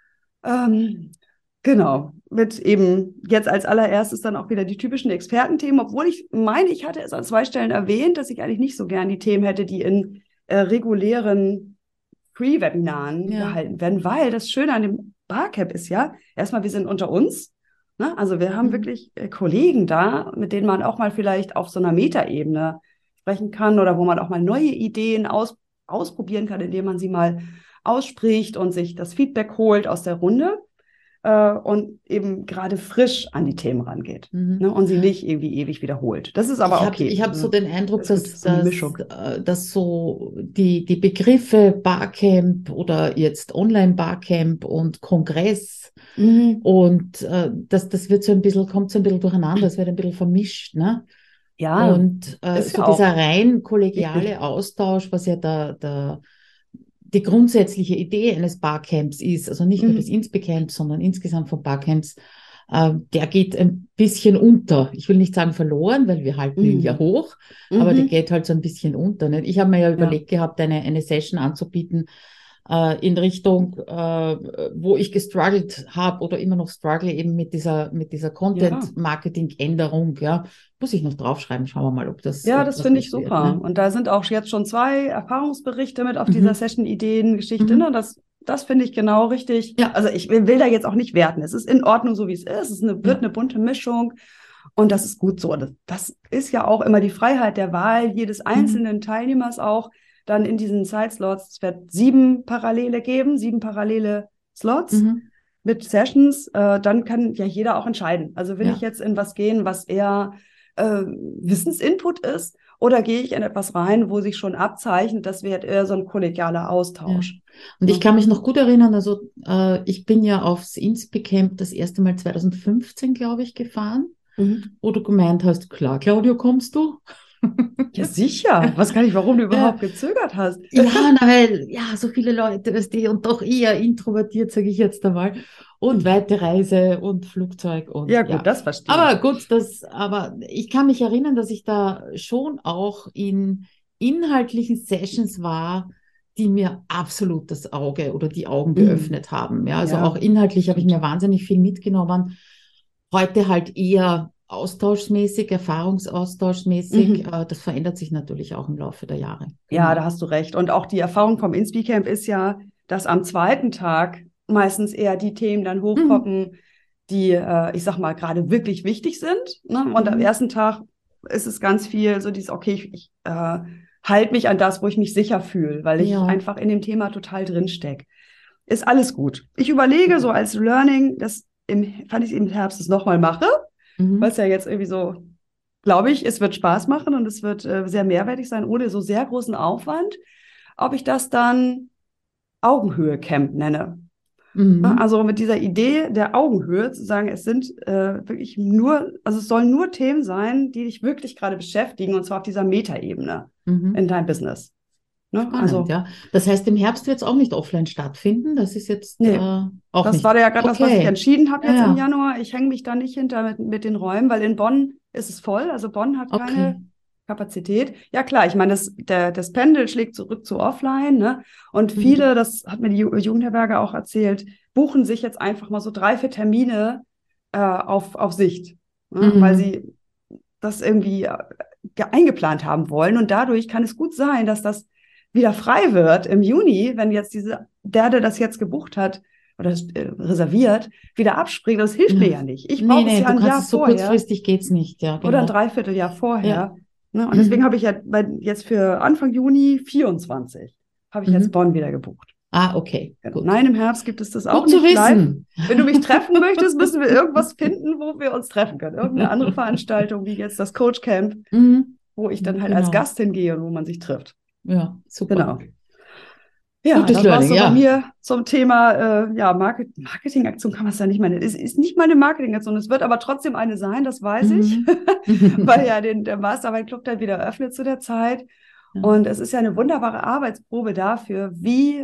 Ähm, genau. Mit eben jetzt als allererstes dann auch wieder die typischen Expertenthemen, obwohl ich meine, ich hatte es an 2 Stellen erwähnt, dass ich eigentlich nicht so gern die Themen hätte, die in regulären Free-Webinaren Ja. gehalten werden, weil das Schöne an dem Barcamp ist ja, erstmal, wir sind unter uns. Ne? Also wir haben Mhm. wirklich Kollegen da, mit denen man auch mal vielleicht auf so einer Metaebene sprechen kann oder wo man auch mal neue Ideen ausprobieren kann, indem man sie mal ausspricht und sich das Feedback holt aus der Runde und eben gerade frisch an die Themen rangeht. Mhm. Ne? Und sie nicht irgendwie ewig wiederholt. Das ist aber Ich okay. hab so Also, den Eindruck, ist gut, so eine Mischung. dass so die Begriffe Barcamp oder jetzt Online-Barcamp und Kongress Mhm. und das wird so ein bisschen, kommt so ein bisschen durcheinander, es wird ein bisschen vermischt, ne? Ja, Und ist so ja dieser auch rein wichtig. kollegiale Austausch, was ja die grundsätzliche Idee eines Barcamps ist, also nicht nur des Mhm. Inspicamps, sondern insgesamt von Barcamps, der geht ein bisschen unter. Ich will nicht sagen verloren, weil wir halten ihn ja Mhm. hoch, aber der Mhm. geht halt so ein bisschen unter. Nicht? Ich habe mir ja Ja. überlegt gehabt, eine Session anzubieten, in Richtung, wo ich gestruggelt habe oder immer noch struggle eben mit dieser Ja. Content-Marketing-Änderung. Ja, muss ich noch draufschreiben. Schauen wir mal, Ja, ob das das finde ich was wird. super. Ne? Und da sind auch jetzt schon 2 Erfahrungsberichte mit auf dieser Mhm. Session-Ideen-Geschichte. Ne? Mhm. Das finde ich genau richtig. Ja. Also ich will da jetzt auch nicht werten. Es ist in Ordnung, so wie es ist. Wird Ja. eine bunte Mischung. Und das ist gut so. Das ist ja auch immer die Freiheit der Wahl jedes Mhm. einzelnen Teilnehmers auch dann in diesen Zeitslots. Es wird 7 parallele geben, 7 parallele Slots Mhm. mit Sessions. Dann kann ja jeder auch entscheiden. Also will ich Ja. jetzt in was gehen, was eher Wissensinput ist, oder gehe ich in etwas rein, wo sich schon abzeichnet, das wird eher so ein kollegialer Ja. Austausch. Und ich Ne? kann mich noch gut erinnern, also ich bin ja aufs Inspicamp das erste Mal 2015, glaube ich, gefahren, Mhm. wo du gemeint hast, klar, Claudio, kommst du? Ja, sicher. Was gar nicht, warum du Ja, überhaupt gezögert hast. ja, na, weil, ja, so viele Leute, weißt du, und doch eher introvertiert, sage ich jetzt einmal, und weite Reise und Flugzeug und Ja, gut, ja. das verstehe Aber ich. gut, aber ich kann mich erinnern, dass ich da schon auch in inhaltlichen Sessions war, die mir absolut das Auge oder die Augen Mhm. geöffnet haben. Ja, also auch Ja, inhaltlich habe ich stimmt. mir wahnsinnig viel mitgenommen. Heute halt eher austauschmäßig, erfahrungsaustauschmäßig. Mhm. Das verändert sich natürlich auch im Laufe der Jahre. Ja, da Genau. hast du recht. Und auch die Erfahrung vom Inspicamp ist ja, dass am zweiten Tag meistens eher die Themen dann Mhm. hochpoppen, die, ich sag mal, gerade wirklich wichtig sind. Ne? Und am Mhm. ersten Tag ist es ganz viel so dieses, okay, ich halte mich an das, wo ich mich sicher fühle, weil ich Ja, einfach in dem Thema total drinstecke. Ist alles gut. Ich überlege so als Learning, fand ich im Herbst es nochmal mache, weil mhm. es ja jetzt irgendwie so, glaube ich, es wird Spaß machen und es wird sehr mehrwertig sein, ohne so sehr großen Aufwand. Ob ich das dann Augenhöhe-Camp nenne. Mhm. Also mit dieser Idee der Augenhöhe zu sagen, es sind wirklich nur, also es sollen nur Themen sein, die dich wirklich gerade beschäftigen, und zwar auf dieser Metaebene Mhm. in deinem Business. Ne? Spannend, Also, ja. Das heißt, im Herbst wird es auch nicht offline stattfinden. Das ist jetzt nee, auch das nicht. war ja gerade das, was ich Okay. entschieden habe Ja, jetzt im ja. Januar. Ich hänge mich da nicht hinter mit den Räumen, weil in Bonn ist es voll. Also Bonn hat Okay. keine Kapazität. Ja klar, ich meine, das Pendel schlägt zurück zu Offline, ne? Und Mhm. viele, das hat mir die Jugendherberge auch erzählt, buchen sich jetzt einfach mal so 3, 4 Termine auf Sicht, ne? Weil Mhm. sie das irgendwie eingeplant haben wollen. Und dadurch kann es gut sein, dass das wieder frei wird im Juni, wenn jetzt der das jetzt gebucht hat oder reserviert, wieder abspringt. Das hilft mir Ja. ja nicht. Ich Nee, brauche es nee, ja du ein kannst Jahr es so vorher kurzfristig geht's nicht. Ja, oder ein genau. Dreivierteljahr Ja. vorher. Ne? Und deswegen habe ich ja jetzt für Anfang Juni 24 habe ich jetzt Mhm. Bonn wieder gebucht. Ah, okay, Genau. gut. Nein, im Herbst gibt es das auch Gut zu nicht live. wissen. Wenn du mich treffen möchtest, müssen wir irgendwas finden, wo wir uns treffen können. Irgendeine andere Veranstaltung, wie jetzt das Coach Camp, Mhm. wo ich dann halt als Genau. Gast hingehe und wo man sich trifft. Ja, super. Genau. Ja, Gutes das war es Learning, so bei ja. mir zum Thema Marketingaktion kann man es ja nicht meinen. Es ist nicht mal eine Marketingaktion, es wird aber trotzdem eine sein, das weiß ich, Mhm. weil ja der Mastermind Club dann wieder öffnet zu der Zeit. Ja. Und es ist ja eine wunderbare Arbeitsprobe dafür, wie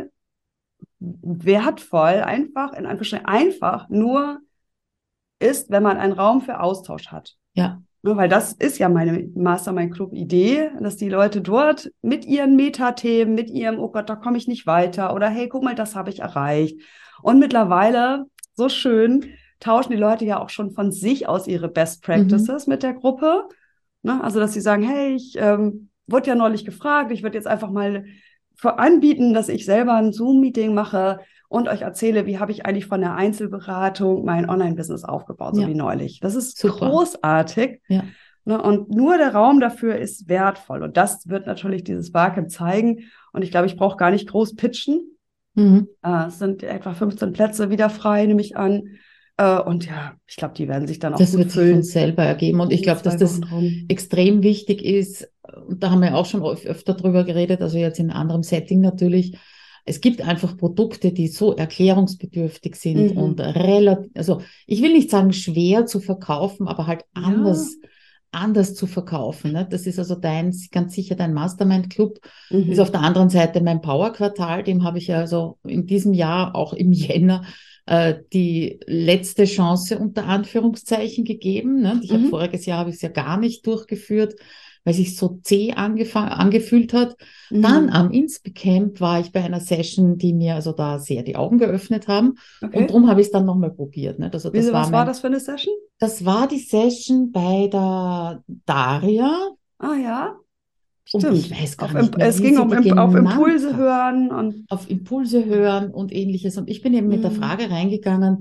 wertvoll einfach, in Anführungsstrichen einfach nur ist, wenn man einen Raum für Austausch hat. Ja. Ne, weil das ist ja meine Mastermind-Club-Idee, dass die Leute dort mit ihren Metathemen, mit ihrem, oh Gott, da komme ich nicht weiter oder hey, guck mal, das habe ich erreicht. Und mittlerweile, so schön, tauschen die Leute ja auch schon von sich aus ihre Best Mhm. Practices mit der Gruppe. Ne? Also, dass sie sagen, hey, ich wurde ja neulich gefragt, ich würde jetzt einfach mal anbieten, dass ich selber ein Zoom-Meeting mache und euch erzähle, wie habe ich eigentlich von der Einzelberatung mein Online-Business aufgebaut, so wie Ja, neulich. Das ist super. großartig. Ja. Ne? Und nur der Raum dafür ist wertvoll. Und das wird natürlich dieses Barcamp zeigen. Und ich glaube, ich brauche gar nicht groß pitchen. Mhm. Es sind etwa 15 Plätze wieder frei, nehme ich an. Und ja, ich glaube, die werden sich dann auch Das gut wird sich von füllen selber ergeben. Und um ich die glaube, dass 2 Wochen das rum. extrem wichtig ist. Und da haben wir auch schon öfter drüber geredet, also jetzt in anderem Setting natürlich. Es gibt einfach Produkte, die so erklärungsbedürftig sind und Mhm. relativ, also ich will nicht sagen schwer zu verkaufen, aber halt Ja. anders zu verkaufen. Ne? Das ist also ganz sicher dein Mastermind-Club. Ist auf Mhm. der anderen Seite mein Power-Quartal, dem habe ich ja also in diesem Jahr, auch im Jänner, die letzte Chance unter Anführungszeichen gegeben. Ne? Mhm. Voriges Jahr habe ich es ja gar nicht durchgeführt, weil sich so zäh angefühlt hat. Dann Mhm. am Inspicamp war ich bei einer Session, die mir also da sehr die Augen geöffnet haben. Und Okay. darum habe ich es dann nochmal probiert. Ne? Also Wieso, was war das für eine Session? das war die Session bei der Daria. Ah ja, Und ich stimmt. weiß gar nicht mehr, Es wie ging sie die auf genannt Impulse hat. hören und Auf Impulse hören und ähnliches. Und ich bin eben mit der mhm. Frage reingegangen,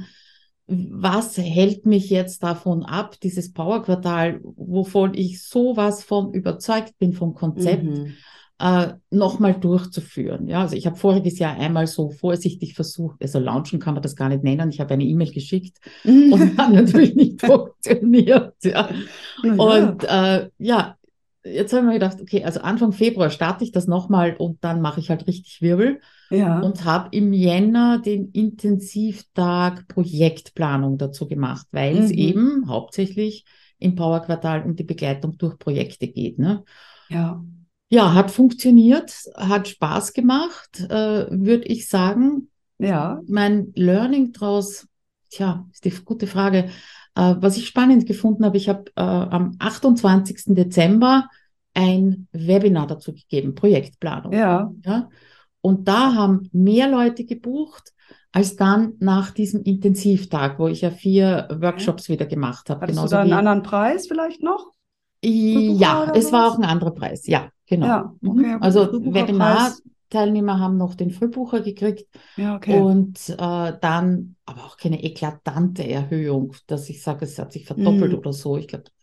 was hält mich jetzt davon ab, dieses Powerquartal, wovon ich sowas von überzeugt bin vom Konzept, Mhm. nochmal durchzuführen. Ja, also ich habe voriges Jahr einmal so vorsichtig versucht, also launchen kann man das gar nicht nennen. Ich habe eine E-Mail geschickt und hat natürlich nicht funktioniert. Ja. Naja, Und ja, jetzt habe ich mir gedacht, okay, also Anfang Februar starte ich das nochmal und dann mache ich halt richtig Wirbel ja. und habe im Jänner den Intensivtag Projektplanung dazu gemacht, weil es Mhm. eben hauptsächlich im Powerquartal um die Begleitung durch Projekte geht. Ne? Ja. Ja, hat funktioniert, hat Spaß gemacht, würde ich sagen. Ja. Mein Learning daraus, tja, ist die gute Frage. Was ich spannend gefunden habe, ich habe am 28. Dezember ein Webinar dazu gegeben, Projektplanung. Ja. Ja? Und da haben mehr Leute gebucht, als dann nach diesem Intensivtag, wo ich ja 4 Okay. Workshops wieder gemacht habe. Hattest du Genauso da einen wie, anderen Preis vielleicht noch? Frühbucher ja, oder es war auch sowas? ein anderer Preis. Ja, genau. Ja, okay, ja Mhm. gut, ein Also Frühbucherpreis. Webinar-Teilnehmer haben noch den Frühbucher gekriegt Ja, okay. und dann aber auch keine eklatante Erhöhung, dass ich sage, es hat sich verdoppelt Mhm. oder so. Ich glaube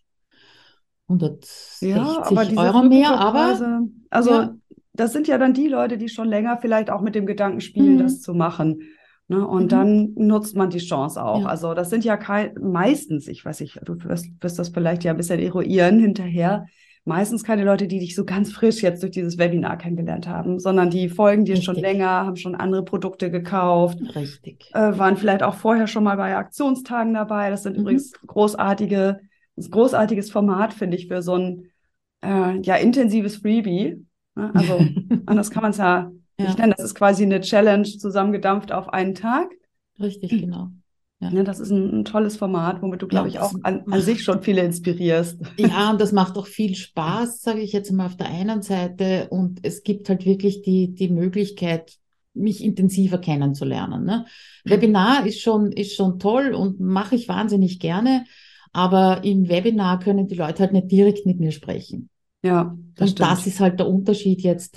Ja, aber 160 diese Euro mehr, aber Frühbucherpreise, ja. also das sind ja dann die Leute, die schon länger vielleicht auch mit dem Gedanken spielen, das Mhm. zu machen. Ne? Und Mhm. dann nutzt man die Chance auch. Ja. Also das sind ja meistens, ich weiß nicht, du wirst das vielleicht ja ein bisschen eruieren hinterher, meistens keine Leute, die dich so ganz frisch jetzt durch dieses Webinar kennengelernt haben, sondern die folgen dir schon Richtig, länger, haben schon andere Produkte gekauft, richtig. waren vielleicht auch vorher schon mal bei Aktionstagen dabei. Das sind Mhm. übrigens großartiges Format, finde ich, für so ein ja, intensives Freebie. Ne? Also anders kann man es ja nicht Ja, nennen. Das ist quasi eine Challenge zusammengedampft auf einen Tag. richtig, genau. Ja. Ja, das ist ein tolles Format, womit du, Ja, glaube und ich, das auch an sich macht, schon viele inspirierst. ja, und das macht auch viel Spaß, sage ich jetzt mal auf der einen Seite. Und es gibt halt wirklich die Möglichkeit, mich intensiver kennenzulernen. Ne? Webinar ist schon toll und mache ich wahnsinnig gerne. Aber im Webinar können die Leute halt nicht direkt mit mir sprechen. Ja, das Und das stimmt. ist halt der Unterschied jetzt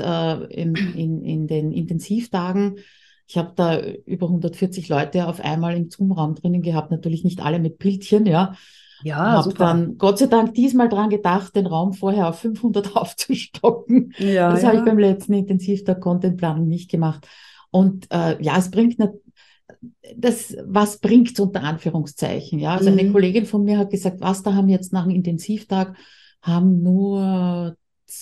in den Intensivtagen. Ich habe da über 140 Leute auf einmal im Zoom-Raum drinnen gehabt, natürlich nicht alle mit Bildchen, ja. Ja, Habe super. dann Gott sei Dank diesmal dran gedacht, den Raum vorher auf 500 aufzustocken. Ja, Das habe ich ja. beim letzten Intensivtag Contentplanung nicht gemacht. Und ja, es bringt das, was bringt unter Anführungszeichen, ja. Also eine Mhm. Kollegin von mir hat gesagt, was, da haben jetzt nach dem Intensivtag haben nur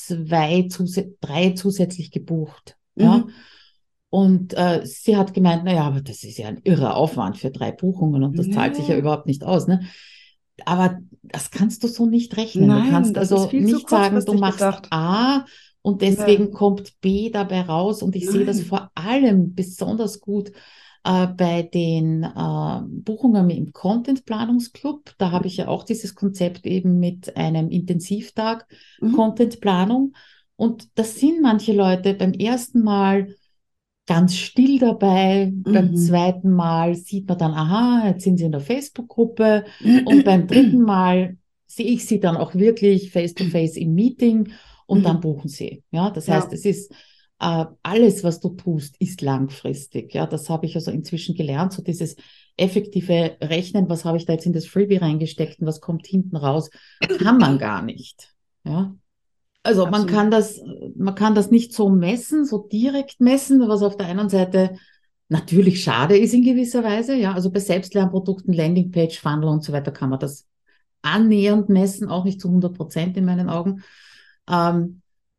drei zusätzlich gebucht. Ja. Mhm. Und sie hat gemeint, naja, aber das ist ja ein irrer Aufwand für 3 Buchungen und das zahlt sich ja Nee, überhaupt nicht aus. Ne? Aber das kannst du so nicht rechnen. Du nein, kannst das ist also viel zu nicht sagen, du kurzfristig machst gedacht. A und Nee, deswegen kommt B dabei raus. Und ich sehe das nein. vor allem besonders gut bei den Buchungen im Content-Planungsclub. Da habe ich ja auch dieses Konzept eben mit einem Intensivtag Mhm. Content-Planung. Und das sind manche Leute beim ersten Mal ganz still dabei. Beim Mhm. zweiten Mal sieht man dann, aha, jetzt sind sie in der Facebook-Gruppe. Und beim dritten Mal sehe ich sie dann auch wirklich face-to-face im Meeting und dann Mhm. buchen sie. Ja, das heißt, Ja. es ist alles, was du tust, ist langfristig. Ja, das habe ich also inzwischen gelernt, so dieses effektive Rechnen, was habe ich da jetzt in das Freebie reingesteckt und was kommt hinten raus, kann man gar nicht. Ja. Also Absolut. man kann das nicht so messen, so direkt messen, was auf der einen Seite natürlich schade ist in gewisser Weise. Ja, also bei Selbstlernprodukten, Landingpage, Funnel und so weiter kann man das annähernd messen, auch nicht zu 100% in meinen Augen. Ähm,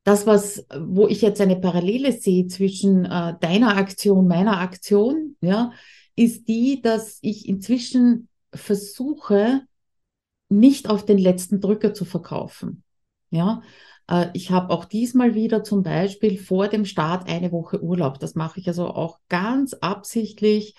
wo ich jetzt eine Parallele sehe zwischen deiner Aktion, meiner Aktion, ja, ist die, dass ich inzwischen versuche, nicht auf den letzten Drücker zu verkaufen. Ja, ich habe auch diesmal wieder zum Beispiel vor dem Start eine Woche Urlaub. Das mache ich also auch ganz absichtlich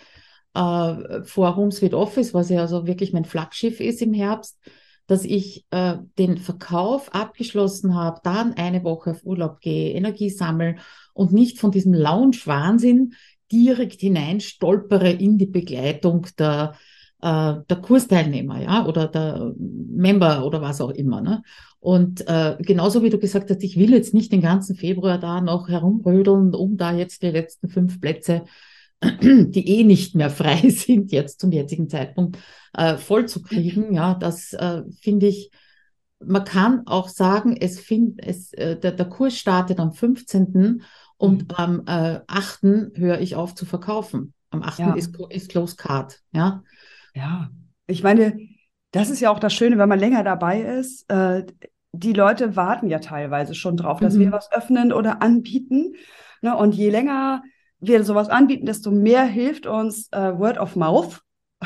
vor HomeSuite Office, was ja also wirklich mein Flaggschiff ist im Herbst, dass ich den Verkauf abgeschlossen habe, dann eine Woche auf Urlaub gehe, Energie sammle und nicht von diesem Lounge-Wahnsinn direkt hinein stolpere in die Begleitung der Kursteilnehmer, ja, oder der Member oder was auch immer. Ne? Und genauso wie du gesagt hast, ich will jetzt nicht den ganzen Februar da noch herumrödeln, um da jetzt die letzten 5 Plätze, die eh nicht mehr frei sind, jetzt zum jetzigen Zeitpunkt, voll zu kriegen. Ja, das finde ich, man kann auch sagen, der Kurs startet am 15. Mhm. und am 8. höre ich auf zu verkaufen. Am 8. Ja. ist Close Card. Ja. Ja, ich meine, das ist ja auch das Schöne, wenn man länger dabei ist. Die Leute warten ja teilweise schon drauf, dass wir Mhm. was öffnen oder anbieten. Ne? Und je länger wir sowas anbieten, desto mehr hilft uns Word of Mouth.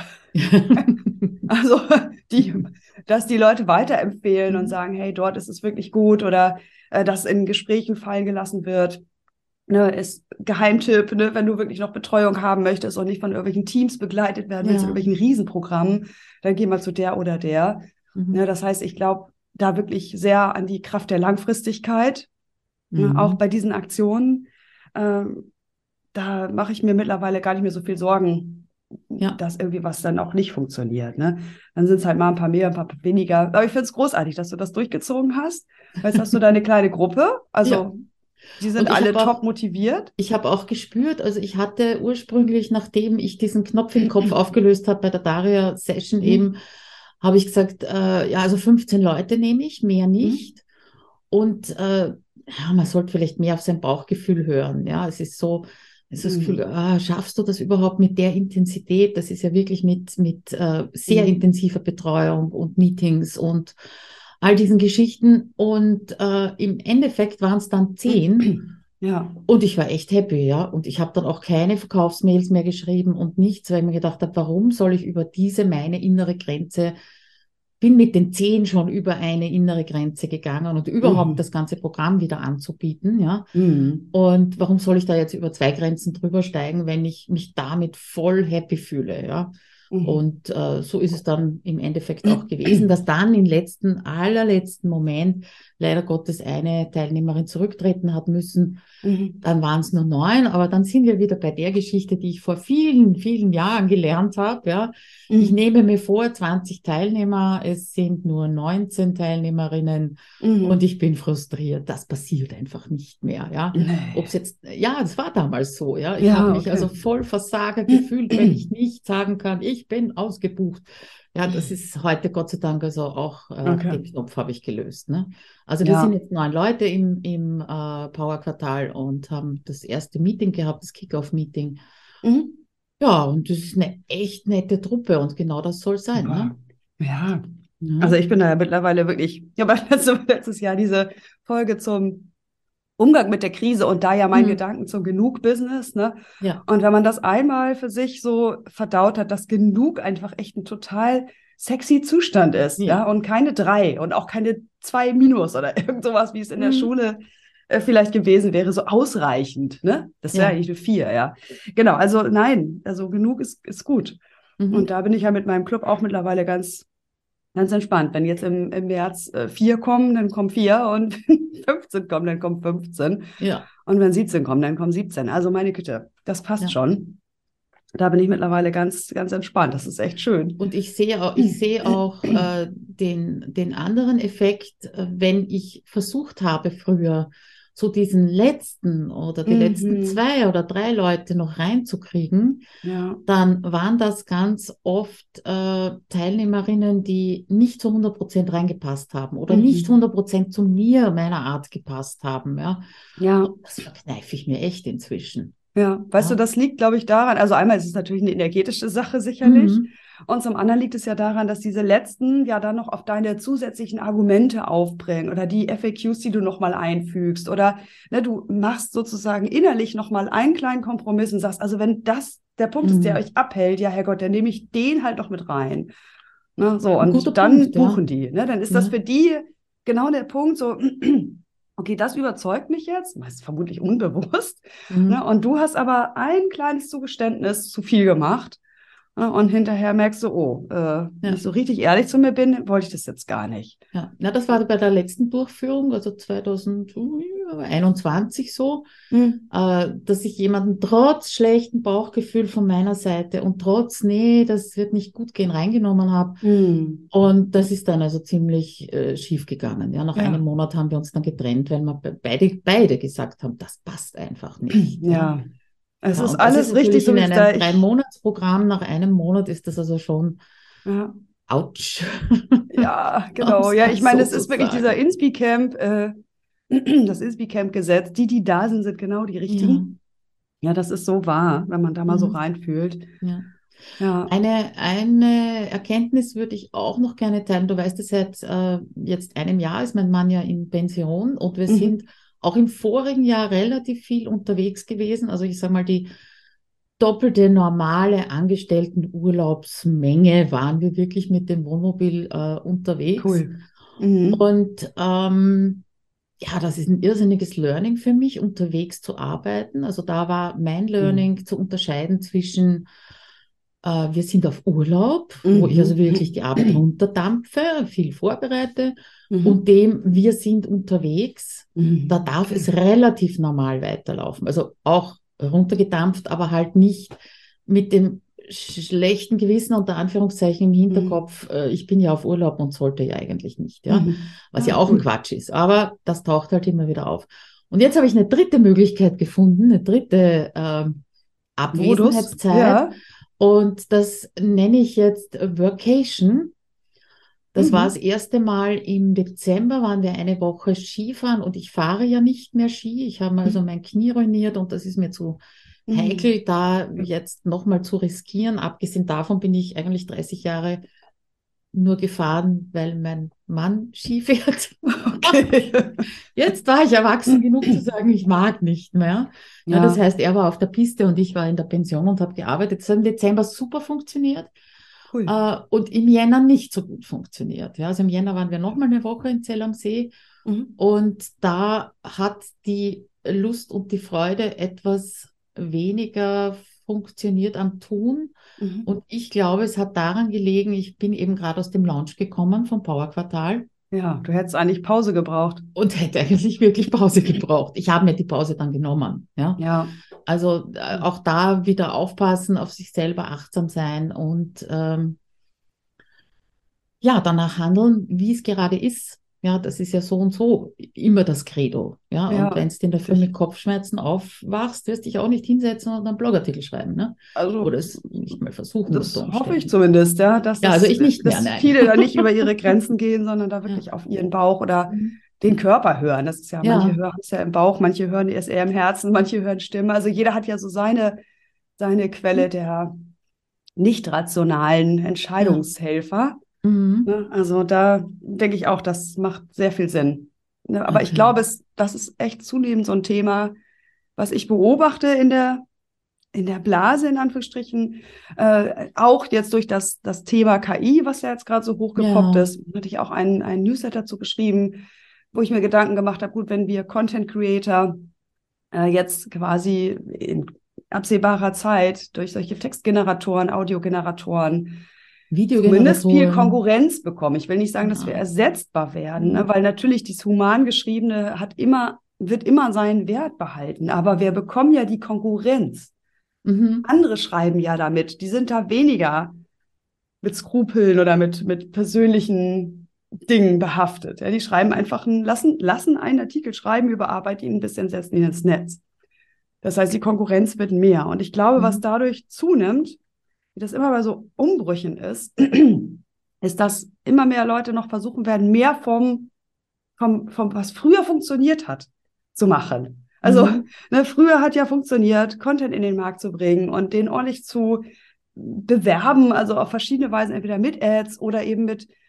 Also, die, dass die Leute weiterempfehlen und Mhm. sagen, hey, dort ist es wirklich gut oder dass in Gesprächen fallen gelassen wird. Ne, ist Geheimtipp, ne, wenn du wirklich noch Betreuung haben möchtest und nicht von irgendwelchen Teams begleitet werden willst, in Ja. irgendwelchen Riesenprogrammen, dann geh mal zu der oder der. Ne, Mhm. das heißt, ich glaube da wirklich sehr an die Kraft der Langfristigkeit, ne, auch bei Mhm. diesen Aktionen. Ähm, Da mache ich mir mittlerweile gar nicht mehr so viel Sorgen, Ja. dass irgendwie was dann auch nicht funktioniert. Ne? Dann sind es halt mal ein paar mehr, ein paar weniger. Aber ich finde es großartig, dass du das durchgezogen hast. Jetzt hast du deine kleine Gruppe, Ja. also die sind Und alle top motiviert. ich habe auch gespürt, also ich hatte ursprünglich, nachdem ich diesen Knopf im Kopf aufgelöst habe bei der Daria-Session eben, Mhm. habe ich gesagt, ja, also 15 Leute nehme ich, mehr Mhm. nicht. Und ja, man sollte vielleicht mehr auf sein Bauchgefühl hören. Ja, es ist so, es ist das Gefühl, Mhm. schaffst du das überhaupt mit der Intensität? Das ist ja wirklich mit sehr Mhm. intensiver Betreuung und Meetings all diesen Geschichten. Und im Endeffekt waren es dann 10. Ja. Und ich war echt happy, ja. Und ich habe dann auch keine Verkaufsmails mehr geschrieben und nichts, weil ich mir gedacht habe, warum soll ich über diese meine innere Grenze, bin mit den 10 schon über eine innere Grenze gegangen und überhaupt das Mhm. ganze Programm wieder anzubieten, ja. Mhm. Und warum soll ich da jetzt über 2 Grenzen drüber steigen, wenn ich mich damit voll happy fühle, ja? Mhm. Und so ist es dann im Endeffekt auch gewesen, dass dann im allerletzten Moment leider Gottes eine Teilnehmerin zurücktreten hat müssen. Mhm. Dann waren es nur 9, aber dann sind wir wieder bei der Geschichte, die ich vor vielen, vielen Jahren gelernt habe, ja. Ich Mhm. nehme mir vor, 20 Teilnehmer, es sind nur 19 Teilnehmerinnen und Mhm. ich bin frustriert. Das passiert einfach nicht mehr, ja. Ob es Nee. jetzt, ja, das war damals so, ja. Ich habe Ja, mich also okay. voll Versager gefühlt, wenn ich nicht sagen kann, ich bin ausgebucht. Ja, das ist heute Gott sei Dank also auch, Okay. den Knopf habe ich gelöst, ne? Also wir sind Ja. jetzt 9 Leute im Power-Quartal und haben das erste Meeting gehabt, das Kick-Off-Meeting. Mhm. Ja, und das ist eine echt nette Truppe und genau das soll sein, ne? Super. Ja. Also Ja, ich bin da ja mittlerweile wirklich, ich habe letztes Jahr diese Folge zum Umgang mit der Krise und da ja mein mhm. Gedanken zum Genug-Business, ne? Ja, Und wenn man das einmal für sich so verdaut hat, dass Genug einfach echt ein total sexy Zustand ist, ja, ja. und keine 3 und auch keine 2 minus oder irgend sowas, wie es in der Mhm. Schule vielleicht gewesen wäre, so ausreichend, ne? Das wäre Ja. eigentlich eine 4, ja. Genau, also nein, also genug ist gut. Und Mhm. da bin ich ja mit meinem Club auch mittlerweile ganz entspannt. Wenn jetzt im März 4 kommen, dann kommen 4 und wenn 15 kommen, dann kommen 15. Ja, Und wenn 17 kommen, dann kommen 17. Also meine Güte, das passt ja. schon. Da bin ich mittlerweile ganz entspannt. Das ist echt schön. Und ich sehe auch den anderen Effekt, wenn ich versucht habe früher, so diesen letzten oder die letzten Mhm. 2 oder 3 Leute noch reinzukriegen, Ja. dann waren das ganz oft Teilnehmerinnen, die nicht zu 100% reingepasst haben oder nicht Mhm. 100% zu mir, meiner Art gepasst haben. Ja. Ja. Und das verkneife ich mir echt inzwischen. Ja, weißt du, Ja. das liegt, glaube ich, daran, also einmal ist es natürlich eine energetische Sache sicherlich Mhm. und zum anderen liegt es ja daran, dass diese letzten ja dann noch auf deine zusätzlichen Argumente aufbringen oder die FAQs, die du nochmal einfügst oder ne, du machst sozusagen innerlich nochmal einen kleinen Kompromiss und sagst, also wenn das der Punkt ist, der Mhm. euch abhält, ja Herrgott, dann nehme ich den halt noch mit rein. Ne, so, Ein guter und dann Punkt, ja. buchen die. Ne? Dann ist das Ja. für die genau der Punkt, so, okay, das überzeugt mich jetzt, meist vermutlich unbewusst. Ne? Mhm. Und du hast aber ein kleines Zugeständnis zu viel gemacht. Ne? Und hinterher merkst du, oh, wenn ich Ja. so richtig ehrlich zu mir bin, wollte ich das jetzt gar nicht. Ja, na, das war bei der letzten Durchführung, also 2021 so, Hm. dass ich jemanden trotz schlechtem Bauchgefühl von meiner Seite und trotz, nee, das wird nicht gut gehen, reingenommen habe. Hm. Und das ist dann also ziemlich schief gegangen. Ja, nach einem Ja. Monat haben wir uns dann getrennt, weil wir beide gesagt haben, das passt einfach nicht. Ja, Ja, es ja, ist und das ist alles richtig, natürlich so in wie es da einem ich. 3-Monats-Programm, nach einem Monat ist das also schon Ja. ouch, Ja, um genau. es Ja, mal ich meine, so es zu ist wirklich dieser sagen. Inspi-Camp, das Inspi-Camp-Gesetz. Die da sind, sind genau die Ja. richtigen. Ja, das ist so wahr, wenn man da mal so Mhm. reinfühlt. Ja. Ja. Eine Erkenntnis würde ich auch noch gerne teilen. Du weißt, seit jetzt einem Jahr ist mein Mann ja in Pension und wir sind Mhm. auch im vorigen Jahr relativ viel unterwegs gewesen. Also ich sage mal, die doppelte normale Angestelltenurlaubsmenge waren wir wirklich mit dem Wohnmobil unterwegs. Cool. Mhm. Und ja, das ist ein irrsinniges Learning für mich, unterwegs zu arbeiten. Also da war mein Learning Mhm. zu unterscheiden zwischen wir sind auf Urlaub, wo ich also wirklich die Arbeit Mhm. runterdampfe, viel vorbereite, und Mhm. dem wir sind unterwegs. Da Mhm. darf es relativ normal weiterlaufen. Also auch runtergedampft, aber halt nicht mit dem schlechten Gewissen unter Anführungszeichen im Mhm. Hinterkopf, ich bin ja auf Urlaub und sollte ja eigentlich nicht, ja. Mhm. Was ja Ah, auch ein gut. Quatsch ist. Aber das taucht halt immer wieder auf. Und jetzt habe ich eine dritte Möglichkeit gefunden, eine dritte Modus. Abwesenheitszeit. Ja. Und das nenne ich jetzt Workation. Das war das Mhm. erste Mal im Dezember, waren wir eine Woche Skifahren und ich fahre ja nicht mehr Ski. Ich habe mir also mein Knie ruiniert und das ist mir zu Mhm. heikel, da jetzt nochmal zu riskieren. Abgesehen davon bin ich eigentlich 30 Jahre nur gefahren, weil mein Mann Ski fährt. Okay. Jetzt war ich erwachsen genug zu sagen, ich mag nicht mehr. Ja, das Ja, heißt, er war auf der Piste und ich war in der Pension und habe gearbeitet. Das hat im Dezember super funktioniert cool. und im Jänner nicht so gut funktioniert. Ja, also im Jänner waren wir nochmal eine Woche in Zell am See Mhm. und da hat die Lust und die Freude etwas weniger funktioniert am Tun. Mhm. Und ich glaube, es hat daran gelegen, ich bin eben gerade aus dem Launch gekommen vom Power Quartal Ja, du hättest eigentlich Pause gebraucht. und hätte eigentlich wirklich Pause gebraucht. Ich habe mir die Pause dann genommen. Ja? Ja. Also auch da wieder aufpassen, auf sich selber achtsam sein und ja, danach handeln, wie es gerade ist. Ja, das ist ja so und so immer das Credo. Ja, und Ja, wenn du in der Früh mit richtig. Kopfschmerzen aufwachst, wirst du dich auch nicht hinsetzen und einen Blogartikel schreiben, ne? Also, Oder es nicht mal versuchen unter das hoffe ich Umständen. zumindest, ja, dass Ja, also ich nicht mehr, dass nein. viele da nicht über ihre Grenzen gehen, sondern da Ja. wirklich auf ihren Bauch oder Mhm. den Körper hören. Das ist ja, manche Ja. hören es ja im Bauch, manche hören es eher im Herzen, manche hören Stimme. Also jeder hat ja so seine Quelle der nicht rationalen Ja. Entscheidungshelfer. Mhm. Ne? Also da denke ich auch, das macht sehr viel Sinn. Ne? Aber ich Okay. glaube, das ist echt zunehmend so ein Thema, was ich beobachte in der Blase, in Anführungsstrichen, auch jetzt durch das Thema KI, was ja jetzt gerade so hochgepoppt Ja. ist, hatte ich auch einen Newsletter dazu geschrieben, wo ich mir Gedanken gemacht habe, gut, wenn wir Content Creator jetzt quasi in absehbarer Zeit durch solche Textgeneratoren, Audiogeneratoren zumindest viel Videogeneratoren. Konkurrenz bekommen. Ich will nicht sagen, dass wir Ja. ersetzbar werden, ne? Mhm. Weil natürlich das Humangeschriebene wird immer seinen Wert behalten. Aber wir bekommen ja die Konkurrenz. Mhm. Andere schreiben ja damit, die sind da weniger mit Skrupeln oder mit persönlichen Dingen behaftet. Ja, die schreiben einfach lassen einen Artikel schreiben, überarbeiten ihn ein bisschen, setzen ihn ins Netz. Das heißt, die Konkurrenz wird mehr. Und ich glaube, was Mhm. dadurch zunimmt, wie das immer bei so Umbrüchen ist, ist, dass immer mehr Leute noch versuchen werden, mehr vom was früher funktioniert hat, zu machen. Also, Mhm. ne, früher hat ja funktioniert, Content in den Markt zu bringen und den ordentlich zu bewerben, also auf verschiedene Weisen, entweder mit Ads oder eben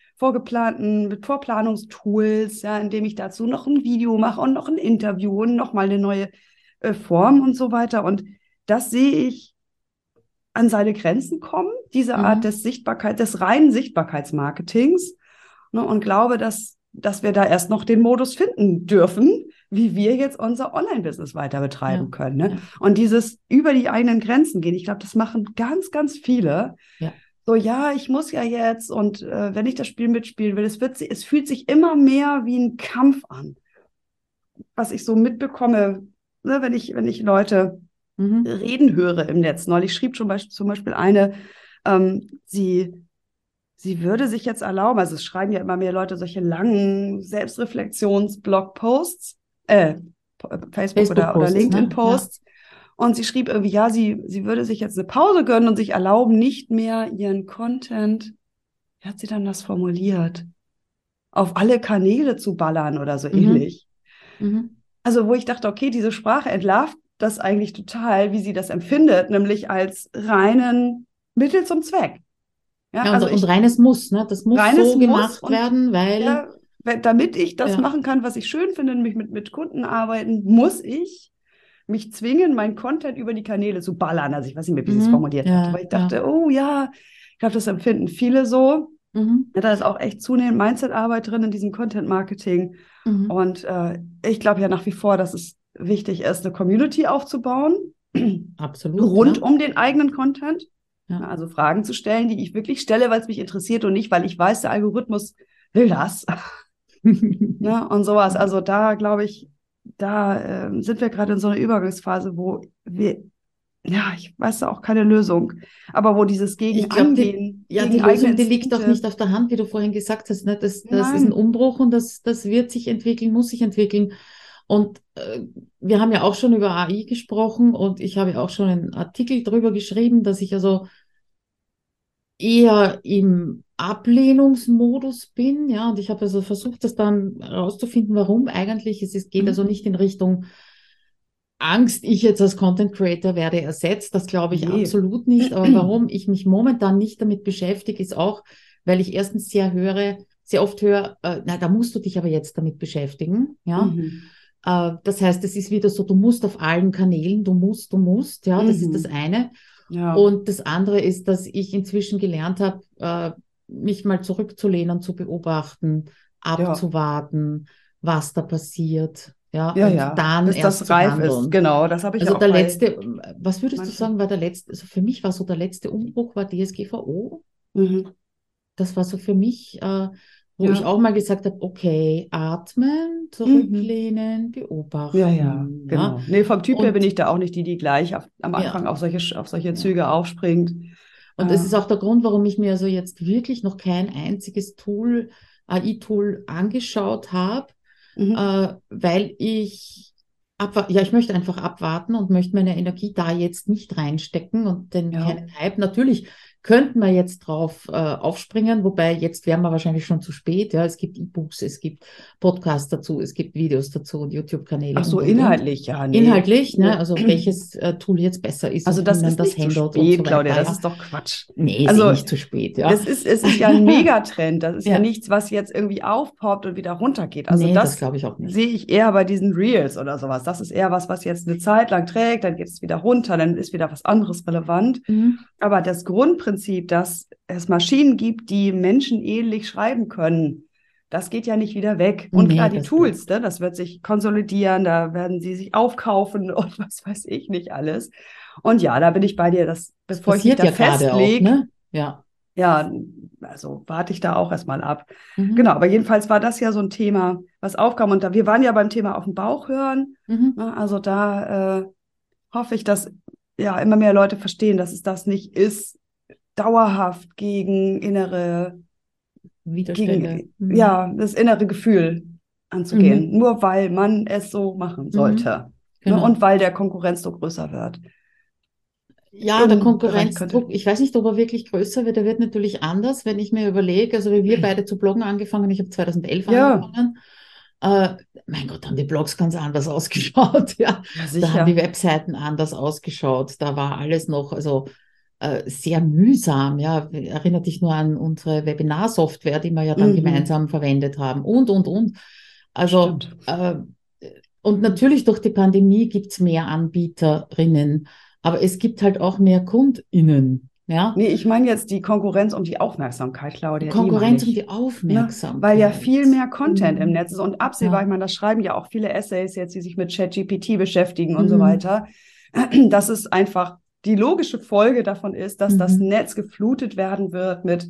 mit Vorplanungstools, ja, indem ich dazu noch ein Video mache und noch ein Interview und noch mal eine neue Form und so weiter. Und das sehe ich an seine Grenzen kommen, diese Art Mhm. des reinen Sichtbarkeitsmarketings, ne, und glaube, dass wir da erst noch den Modus finden dürfen, wie wir jetzt unser Online-Business weiter betreiben Ja. können. Ne? Ja. Und dieses über die eigenen Grenzen gehen, ich glaube, das machen ganz, ganz viele. Ja. So, ja, ich muss ja jetzt und wenn ich das Spiel mitspielen will, es fühlt sich immer mehr wie ein Kampf an, was ich so mitbekomme, ne, wenn ich Leute Mhm. reden höre im Netz. Neulich schrieb zum Beispiel eine, sie würde sich jetzt erlauben, also es schreiben ja immer mehr Leute solche langen Selbstreflexions-Blogposts, Facebook- oder Facebook-Posts, ne? Ja. LinkedIn-Posts. Und sie schrieb irgendwie, ja, sie würde sich jetzt eine Pause gönnen und sich erlauben, nicht mehr ihren Content, wie hat sie dann das formuliert, auf alle Kanäle zu ballern oder so Mhm. ähnlich. Mhm. Also, wo ich dachte, okay, diese Sprache entlarvt das eigentlich total, wie sie das empfindet, nämlich als reinen Mittel zum Zweck. Ja, Ja, also und ich reines Muss, ne? Das muss reines so Muss gemacht und werden, weil, ja, damit ich das ja. machen kann, was ich schön finde, nämlich mit Kunden arbeiten, muss ich mich zwingen, meinen Content über die Kanäle zu ballern. Also ich weiß nicht mehr, wie sie es Mhm. formuliert hat, aber Ja, ich ja. dachte, oh ja, ich glaube, das empfinden viele so. Mhm. Ja, da ist auch echt zunehmend Mindset-Arbeit drin in diesem Content-Marketing. Mhm. Und ich glaube ja nach wie vor, dass es wichtig ist, eine Community aufzubauen, Absolut, rund ja. um den eigenen Content. Ja. Ja, also Fragen zu stellen, die ich wirklich stelle, weil es mich interessiert und nicht, weil ich weiß, der Algorithmus will das. Ne? Und sowas. Also da glaube ich, da sind wir gerade in so einer Übergangsphase, wo wir, ja, ich weiß da auch keine Lösung, aber wo dieses Ich glaube, Gegenangehen die gegen eigene Lösung, die liegt auch Instinkte, nicht auf der Hand, wie du vorhin gesagt hast. Ne? Das ist ein nein, Umbruch und das wird sich entwickeln, muss sich entwickeln. Und wir haben ja auch schon über AI gesprochen und ich habe ja auch schon einen Artikel darüber geschrieben, dass ich also eher im Ablehnungsmodus bin, ja, und ich habe also versucht, das dann herauszufinden, warum eigentlich. Geht also mhm. nicht in Richtung Angst, ich jetzt als Content Creator werde ersetzt, das glaube ich Nee. absolut nicht. Aber warum ich mich momentan nicht damit beschäftige, ist auch, weil ich erstens sehr oft höre, na, da musst du dich aber jetzt damit beschäftigen, ja. Mhm. Das heißt, es ist wieder so, du musst auf allen Kanälen, du musst, ja, das ist das eine. Ja, Und das andere ist, dass ich inzwischen gelernt habe, mich mal zurückzulehnen, zu beobachten, ja, abzuwarten, was da passiert, ja, ja, und ja, dann bis erst das zu reif ist. handeln. Genau, das habe ich ja Also auch der bei letzte, was würdest du sagen, manchen. war der letzte, also für mich war so der letzte Umbruch war DSGVO. Mhm. Das war so für mich, wo ich Ja, auch mal gesagt habe, okay, atmen, mhm. zurücklehnen, Ja, ja, beobachten, ja. genau. Nee, vom Typ her bin Und ich da auch nicht die gleich am ja, Anfang auf solche ja. Züge aufspringt. Und es ist auch der Grund, warum ich mir also jetzt wirklich noch kein einziges Tool, AI-Tool angeschaut habe, Mhm. weil ich möchte einfach abwarten und möchte meine Energie da jetzt nicht reinstecken und den Ja. keinen Hype. Natürlich könnten wir jetzt drauf aufspringen, wobei jetzt wären wir wahrscheinlich schon zu spät. Ja, es gibt E-Books, es gibt Podcasts dazu, es gibt Videos dazu und Ach YouTube-Kanäle so, und. inhaltlich, ja, nee. Inhaltlich, ne, Nee. also welches Tool jetzt besser ist Also und das Ihnen ist das nicht zu Handout und spät, so Claudia, weiter, das ja. ist doch Quatsch. Nee, ist eh Also nicht zu spät, ja. es ist ja ein Megatrend, das ist ja Ja, nichts, was jetzt irgendwie aufpoppt und wieder runtergeht. Also nee, das das glaube ich auch nicht. sehe ich eher bei diesen Reels oder sowas. Das ist eher was, was jetzt eine Zeit lang trägt, dann geht es wieder runter, dann ist wieder was anderes relevant. Mhm. Aber das Grundprinzip, dass es Maschinen gibt, die menschenähnlich schreiben können, das geht ja nicht wieder weg. Und klar, Nee, die das Tools, bleibt. ne, das wird sich konsolidieren, da werden sie sich aufkaufen und was weiß ich nicht alles. Und ja, da bin ich bei dir, dass Das bevor ich mich passiert da ja gerade auch, festlege, ne? Ja. ja, also warte ich da auch erstmal ab. Genau, Mhm. aber jedenfalls war das ja so ein Thema, was aufkam. Und da, wir waren ja beim Thema auf den Bauch hören. Mhm. Ne? Also da hoffe ich, dass ja immer mehr Leute verstehen, dass es das nicht ist, dauerhaft Widerstände. gegen Mhm. ja, das innere Gefühl anzugehen, Mhm. nur weil man es so machen Mhm. sollte. Ne? Und Genau. weil der Konkurrenzdruck größer wird. Ja, der Im Bereich könnte. Konkurrenzdruck, ich weiß nicht, ob er wirklich größer wird, der wird natürlich anders, wenn ich mir überlege, also wie wir beide zu bloggen angefangen, ich habe 2011 Ja, angefangen, äh, mein Gott, haben die Blogs ganz anders ausgeschaut, ja. ja, Da haben die sicher. Webseiten anders ausgeschaut, da war alles noch, also sehr mühsam, ja. Erinnert dich nur an unsere Webinarsoftware, die wir ja dann Mhm. gemeinsam verwendet haben und. Also, Stimmt. und natürlich durch die Pandemie gibt's mehr Anbieterinnen, aber es gibt halt auch mehr KundInnen, ja. Nee, ich meine jetzt die Konkurrenz um die Aufmerksamkeit, Claudia, die meine Konkurrenz um ich. die Ne? Weil ja viel Aufmerksamkeit. mehr Content im Mhm. Netz ist und absehbar, Ja. ich meine, das schreiben ja auch viele Essays jetzt, die sich mit ChatGPT beschäftigen und so Mhm. weiter, dass es einfach die logische Folge davon ist, dass das Mhm. Netz geflutet werden wird mit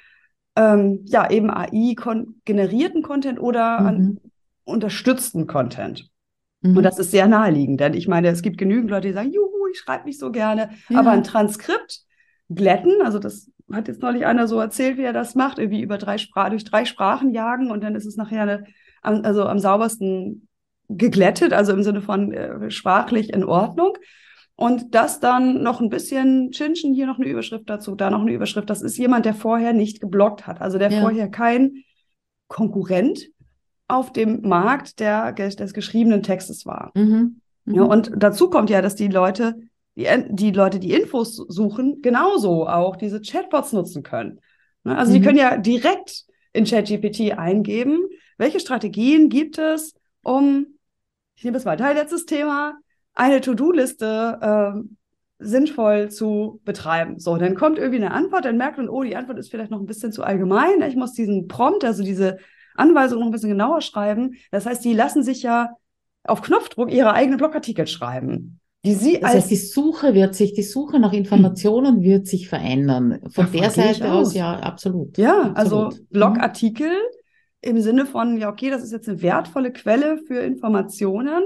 ja, eben AI-generierten Content oder an Mhm. unterstützten Content. Und Mhm. das ist sehr naheliegend, denn ich meine, es gibt genügend Leute, die sagen, juhu, ich schreibe nicht so gerne, aber ein Ja. Transkript glätten, also das hat jetzt neulich einer so erzählt, wie er das macht, irgendwie durch drei Sprachen jagen und dann ist es nachher also am saubersten geglättet, also im Sinne von sprachlich in Ordnung. Und das dann noch ein bisschen Chinchen, hier noch eine Überschrift dazu, da noch eine Überschrift. Das ist jemand, der vorher nicht geblockt hat, also der Ja. vorher kein Konkurrent auf dem Markt des geschriebenen Textes war. Mhm. Ja, Mhm. und dazu kommt ja, dass die Leute, die Infos suchen, genauso auch diese Chatbots nutzen können. Ne? Also die können Mhm. ja direkt in ChatGPT eingeben, welche Strategien gibt es, um, ich nehme es mal Teil letztes Thema, eine To-Do-Liste sinnvoll zu betreiben. So, dann kommt irgendwie eine Antwort, dann merkt man, oh, die Antwort ist vielleicht noch ein bisschen zu allgemein. Ich muss diesen Prompt, also diese Anweisung noch ein bisschen genauer schreiben. Das heißt, die lassen sich ja auf Knopfdruck ihre eigenen Blogartikel schreiben, die sie Das heißt, als, die Suche nach Informationen wird sich verändern. Von der davon gehe ich Seite aus, aus. ja, absolut, Ja, also absolut. Mhm. Blogartikel im Sinne von, ja, okay, das ist jetzt eine wertvolle Quelle für Informationen.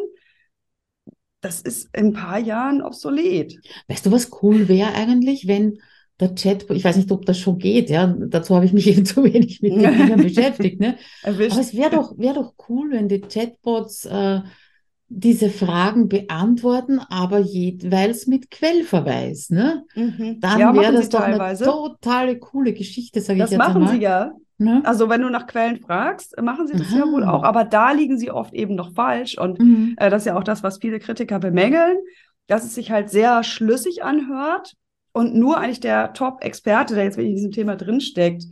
Das ist in ein paar Jahren obsolet. Weißt du, was cool wäre eigentlich, wenn der Chatbot, ich weiß nicht, ob das schon geht, ja, dazu habe ich mich eben zu wenig mit den Dingen beschäftigt, ne? Aber Erwischt. es wäre doch cool, wenn die Chatbots diese Fragen beantworten, aber jeweils mit Quellverweis, ne? Mhm. Ja, Dann wäre machen sie das doch eine teilweise. totale coole Geschichte, sage ich Das jetzt machen sie einmal. ja. Ne? Also wenn du nach Quellen fragst, machen sie das ja wohl auch, Aha. aber da liegen sie oft eben noch falsch. Und Mhm. das ist ja auch das, was viele Kritiker bemängeln, dass es sich halt sehr schlüssig anhört und nur eigentlich der Top-Experte, der jetzt wirklich in diesem Thema drinsteckt,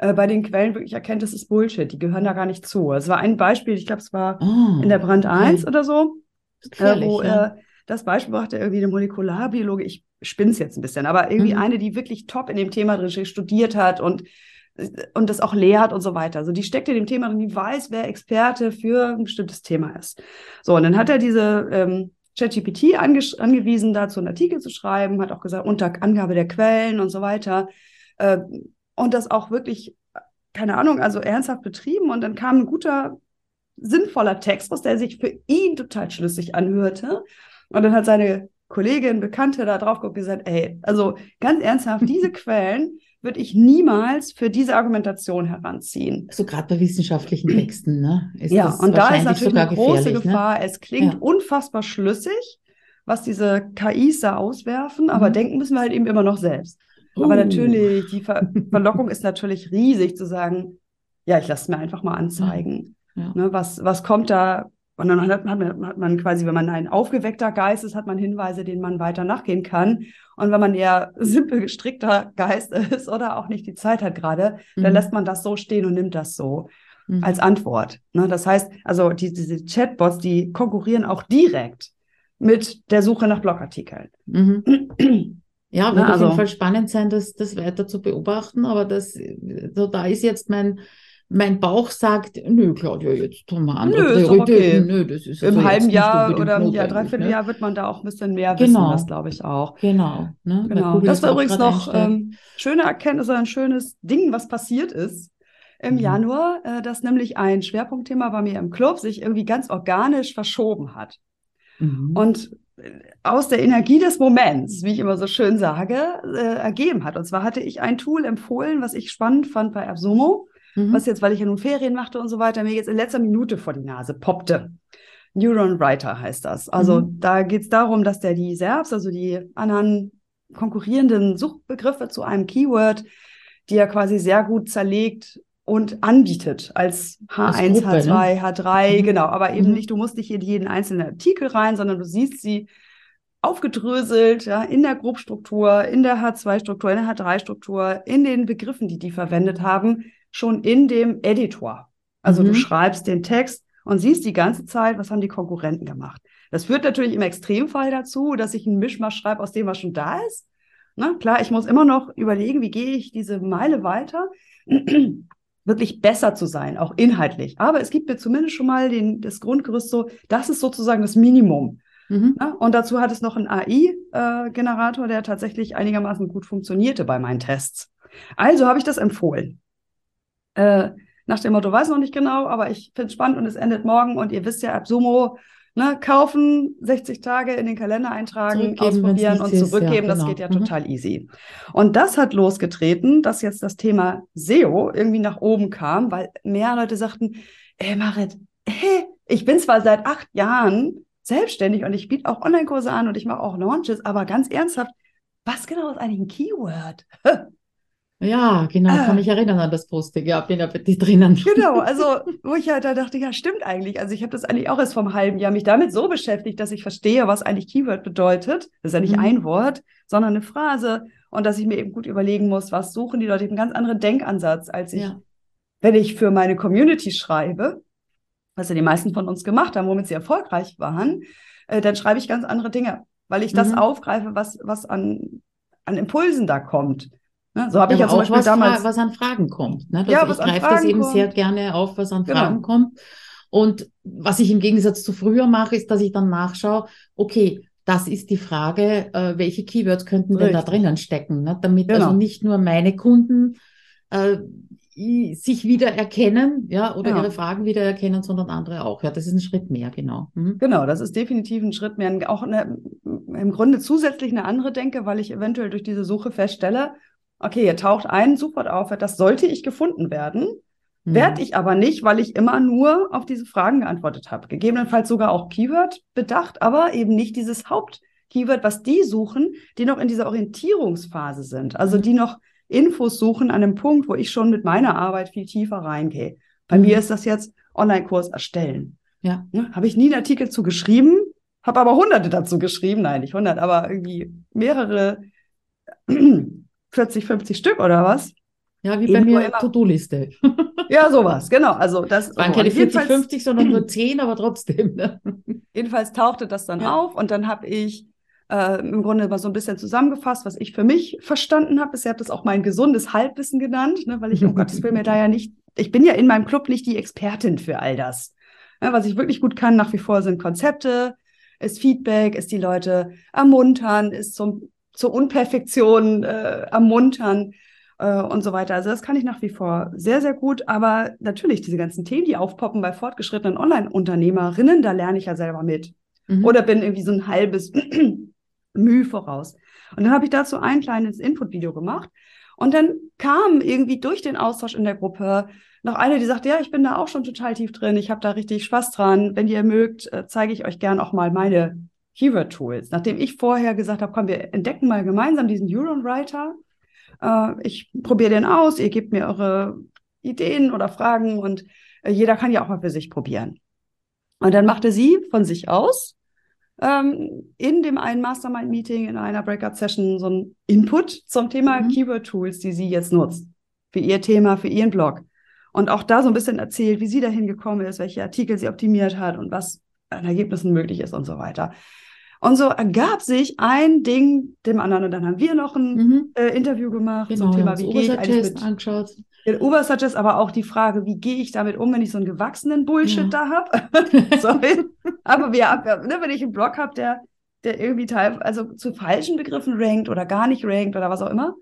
bei den Quellen wirklich erkennt, das ist Bullshit, die gehören da gar nicht zu. Es war ein Beispiel, ich glaube, es war in der Brand 1 oder so, Gefährlich, wo ja. das Beispiel brachte irgendwie eine Molekularbiologe, ich spinne es jetzt ein bisschen, aber irgendwie eine, die wirklich top in dem Thema drin steht, studiert hat und das auch lehrt und so weiter. Also die steckt in dem Thema drin, die weiß, wer Experte für ein bestimmtes Thema ist. So, und dann hat er diese ChatGPT angewiesen, dazu einen Artikel zu schreiben, hat auch gesagt, unter Angabe der Quellen und so weiter. Und das auch wirklich, keine Ahnung, also ernsthaft betrieben. Und dann kam ein guter, sinnvoller Text raus, der sich für ihn total schlüssig anhörte. Und dann hat seine Kollegin, Bekannte da drauf geguckt und gesagt, ey, also ganz ernsthaft, diese Quellen würde ich niemals für diese Argumentation heranziehen. So gerade bei wissenschaftlichen Texten, ne, ist Ja, das und da ist wahrscheinlich natürlich sogar eine große gefährlich, ne? Gefahr. Es klingt Ja. unfassbar schlüssig, was diese KIs da auswerfen, aber denken müssen wir halt eben immer noch selbst. Aber natürlich, die Verlockung ist natürlich riesig zu sagen, ja, ich lasse es mir einfach mal anzeigen. Ja. Ne, was kommt da? Und dann hat man quasi, wenn man ein aufgeweckter Geist ist, hat man Hinweise, denen man weiter nachgehen kann. Und wenn man eher simpel gestrickter Geist ist oder auch nicht die Zeit hat gerade, dann lässt man das so stehen und nimmt das so als Antwort. Ne, das heißt, also diese Chatbots, die konkurrieren auch direkt mit der Suche nach Blogartikeln. Ja, Ne, wird auf jeden also Fall spannend sein, das weiter zu beobachten, aber da ist jetzt mein Bauch sagt, nö, Claudia, jetzt haben wir andere nö, ist doch Prioritäten, okay. nö, das ist also Im halben jetzt nicht Jahr unbedingt oder im Jahr, notwendig, ne? Dreivierteljahr wird man da auch ein bisschen mehr wissen, das Genau, glaube ich auch. genau, ne? Weil Genau. Google Das jetzt war auch übrigens gerade noch einsteigt. schöne Erkenntnis, ein schönes Ding, was passiert ist im Januar, dass nämlich ein Schwerpunktthema bei mir im Club sich irgendwie ganz organisch verschoben hat. Und aus der Energie des Moments, wie ich immer so schön sage, ergeben hat. Und zwar hatte ich ein Tool empfohlen, was ich spannend fand bei AppSumo, was jetzt, weil ich ja nun Ferien machte und so weiter, mir jetzt in letzter Minute vor die Nase poppte. Neuron Writer heißt das. Also da geht es darum, dass der die SERPs, also die anderen konkurrierenden Suchbegriffe zu einem Keyword, die er quasi sehr gut zerlegt und anbietet als Als H1, Gruppe, H2, ne? H3, genau, aber eben nicht, du musst nicht in jeden einzelnen Artikel rein, sondern du siehst sie aufgedröselt, ja, in der Grobstruktur, in der H2-Struktur, in der H3-Struktur, in den Begriffen, die verwendet haben, schon in dem Editor. Also du schreibst den Text und siehst die ganze Zeit, was haben die Konkurrenten gemacht. Das führt natürlich im Extremfall dazu, dass ich einen Mischmasch schreibe aus dem, was schon da ist. Na, klar, ich muss immer noch überlegen, wie gehe ich diese Meile weiter, wirklich besser zu sein, auch inhaltlich. Aber es gibt mir zumindest schon mal das Grundgerüst so, das ist sozusagen das Minimum. Ja, und dazu hat es noch einen AI-Generator, der tatsächlich einigermaßen gut funktionierte bei meinen Tests. Also habe ich das empfohlen. Nach dem Motto, weiß noch nicht genau, aber ich finde es spannend und es endet morgen. Und ihr wisst ja, AppSumo, ne, kaufen, 60 Tage in den Kalender eintragen, Zurückgeben, wenn es ausprobieren nichts und ist, ja, zurückgeben. Das geht genau. ja total easy. Und das hat losgetreten, dass jetzt das Thema SEO irgendwie nach oben kam, weil mehr Leute sagten, Marit, ich bin zwar seit 8 Jahren selbstständig und ich biete auch Online-Kurse an und ich mache auch Launches, aber ganz ernsthaft, was genau ist eigentlich ein Keyword? Ja, genau, kann mich erinnern an das Posting, ja, bin ja bei dir drinnen. Genau, also wo ich halt da dachte, ja, stimmt eigentlich. Also ich habe das eigentlich auch erst vor einem halben Jahr mich damit so beschäftigt, dass ich verstehe, was eigentlich Keyword bedeutet. Das ist ja nicht ein Wort, sondern eine Phrase. Und dass ich mir eben gut überlegen muss, was suchen die Leute. Ich habe einen ganz anderen Denkansatz, als ich, wenn ich für meine Community schreibe, was ja die meisten von uns gemacht haben, womit sie erfolgreich waren, dann schreibe ich ganz andere Dinge, weil ich das aufgreife, was an Impulsen da kommt. Ne? So habe Ja, ich ja aber zum auch Beispiel damals, was an Fragen kommt. Ne? Also ja, was ich an greife das Fragen eben sehr kommt. gerne auf, was an Fragen Genau. kommt. Und was ich im Gegensatz zu früher mache, ist, dass ich dann nachschaue, okay, das ist die Frage, welche Keywords könnten denn da Richtig. drinnen stecken, ne? Damit Genau. also nicht nur meine Kunden sich wiedererkennen, ja, oder ihre Fragen wiedererkennen, sondern andere auch. Ja, das ist ein Schritt mehr, genau. Genau, das ist definitiv ein Schritt mehr. Auch im Grunde zusätzlich eine andere Denke, weil ich eventuell durch diese Suche feststelle, okay, hier taucht ein Suchwort auf, das sollte ich gefunden werden. Werde ich aber nicht, weil ich immer nur auf diese Fragen geantwortet habe. Gegebenenfalls sogar auch Keyword bedacht, aber eben nicht dieses Hauptkeyword, was die suchen, die noch in dieser Orientierungsphase sind. Also die noch Infos suchen an einem Punkt, wo ich schon mit meiner Arbeit viel tiefer reingehe. Bei mir ist das jetzt Online-Kurs erstellen. Ja. Habe ich nie einen Artikel zu geschrieben, habe aber Hunderte dazu geschrieben. Nein, nicht 100, aber irgendwie mehrere, 40, 50 Stück oder was. Ja, wie bei eben nur mir immer, To-Do-Liste. ja, sowas, genau. Also das Es so. waren Und keine 40, 50, sondern nur 10, aber trotzdem. Ne? jedenfalls tauchte das dann Ja. auf und dann habe ich im Grunde mal so ein bisschen zusammengefasst, was ich für mich verstanden habe. Ich habe das auch mein gesundes Halbwissen genannt, ne, weil ich, um Gottes Willen, mir da ja nicht, ich bin ja in meinem Club nicht die Expertin für all das. Ja, was ich wirklich gut kann nach wie vor sind Konzepte, ist Feedback, ist die Leute ermuntern, ist zur Unperfektion ermuntern und so weiter. Also das kann ich nach wie vor sehr, sehr gut. Aber natürlich diese ganzen Themen, die aufpoppen bei fortgeschrittenen Online-Unternehmerinnen, da lerne ich ja selber mit. Oder Mhm. bin irgendwie so ein halbes Mühe voraus. Und dann habe ich dazu ein kleines Input-Video gemacht. Und dann kam irgendwie durch den Austausch in der Gruppe noch eine, die sagte, ja, ich bin da auch schon total tief drin, ich habe da richtig Spaß dran. Wenn ihr mögt, zeige ich euch gern auch mal meine Keyword-Tools. Nachdem ich vorher gesagt habe, komm, wir entdecken mal gemeinsam diesen Euron-Writer. Ich probiere den aus, ihr gebt mir eure Ideen oder Fragen und jeder kann ja auch mal für sich probieren. Und dann machte sie von sich aus in dem einen Mastermind-Meeting, in einer Breakout-Session so ein Input zum Thema Mhm. Keyword-Tools, die sie jetzt nutzt. Für ihr Thema, für ihren Blog. Und auch da so ein bisschen erzählt, wie sie dahin gekommen ist, welche Artikel sie optimiert hat und was an Ergebnissen möglich ist und so weiter. Und so ergab sich ein Ding dem anderen. Und dann haben wir noch ein Mhm. Interview gemacht zum Genau, wir haben Thema, uns wie gehe ich eigentlich Obersuggest mit angeschaut. den Uber-Suggest, aber auch die Frage, wie gehe ich damit um, wenn ich so einen gewachsenen Bullshit Ja. da habe. Sorry. Aber ne, wenn ich einen Blog habe, der irgendwie also zu falschen Begriffen rankt oder gar nicht rankt oder was auch immer.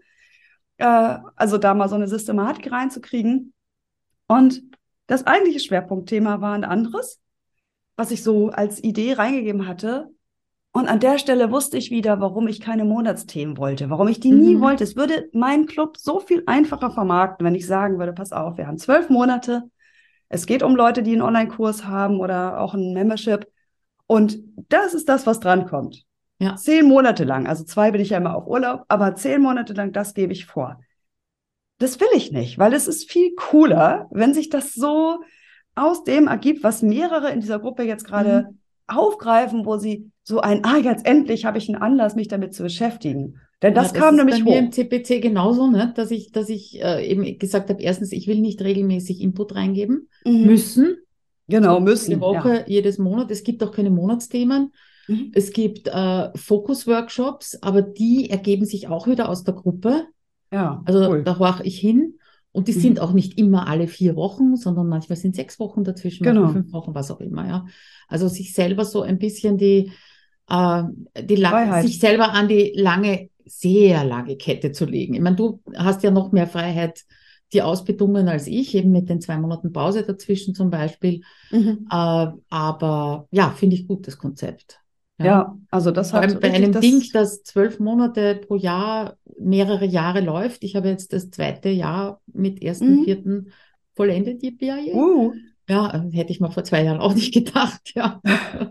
Also da mal so eine Systematik reinzukriegen. Und das eigentliche Schwerpunktthema war ein anderes, was ich so als Idee reingegeben hatte. Und an der Stelle wusste ich wieder, warum ich keine Monatsthemen wollte, warum ich die nie Mhm. wollte. Es würde meinen Club so viel einfacher vermarkten, wenn ich sagen würde, pass auf, wir haben 12 Monate. Es geht um Leute, die einen Online-Kurs haben oder auch ein Membership. Und das ist das, was drankommt. Ja. 10 Monate lang, also 2 bin ich ja immer auf Urlaub, aber 10 Monate lang, das gebe ich vor. Das will ich nicht, weil es ist viel cooler, wenn sich das so aus dem ergibt, was mehrere in dieser Gruppe jetzt gerade Mhm. aufgreifen, wo sie so jetzt endlich habe ich einen Anlass, mich damit zu beschäftigen. Denn Ja, das das kam ist bei nämlich mir im hoch. CPC genauso, ne? Dass ich eben gesagt habe, erstens, ich will nicht regelmäßig Input reingeben Mhm. müssen, Genau, so jede müssen, ja. Woche, jedes Monat. Es gibt auch keine Monatsthemen. Mhm. Es gibt Fokus-Workshops, aber die ergeben sich auch wieder aus der Gruppe. Ja, Also cool. da horche ich hin und die sind Mhm. auch nicht immer alle 4 Wochen, sondern manchmal sind 6 Wochen dazwischen, manchmal Genau. 5 Wochen, was auch immer, ja. Also sich selber so ein bisschen äh, Freiheit. sich selber an die lange, sehr lange Kette zu legen. Ich meine, du hast ja noch mehr Freiheit, die Ausbedingungen als ich, eben mit den 2 Monaten Pause dazwischen zum Beispiel. Mhm. Aber ja, finde ich gut, das Konzept. Ja. Ja, also das Vor hat allem bei richtig einem Ding, das. das 12 Monate pro Jahr, mehrere Jahre läuft. Ich habe jetzt das zweite Jahr mit ersten, Mhm. vierten vollendet, ja, Uh. ja, hätte ich mal vor 2 Jahren auch nicht gedacht, ja.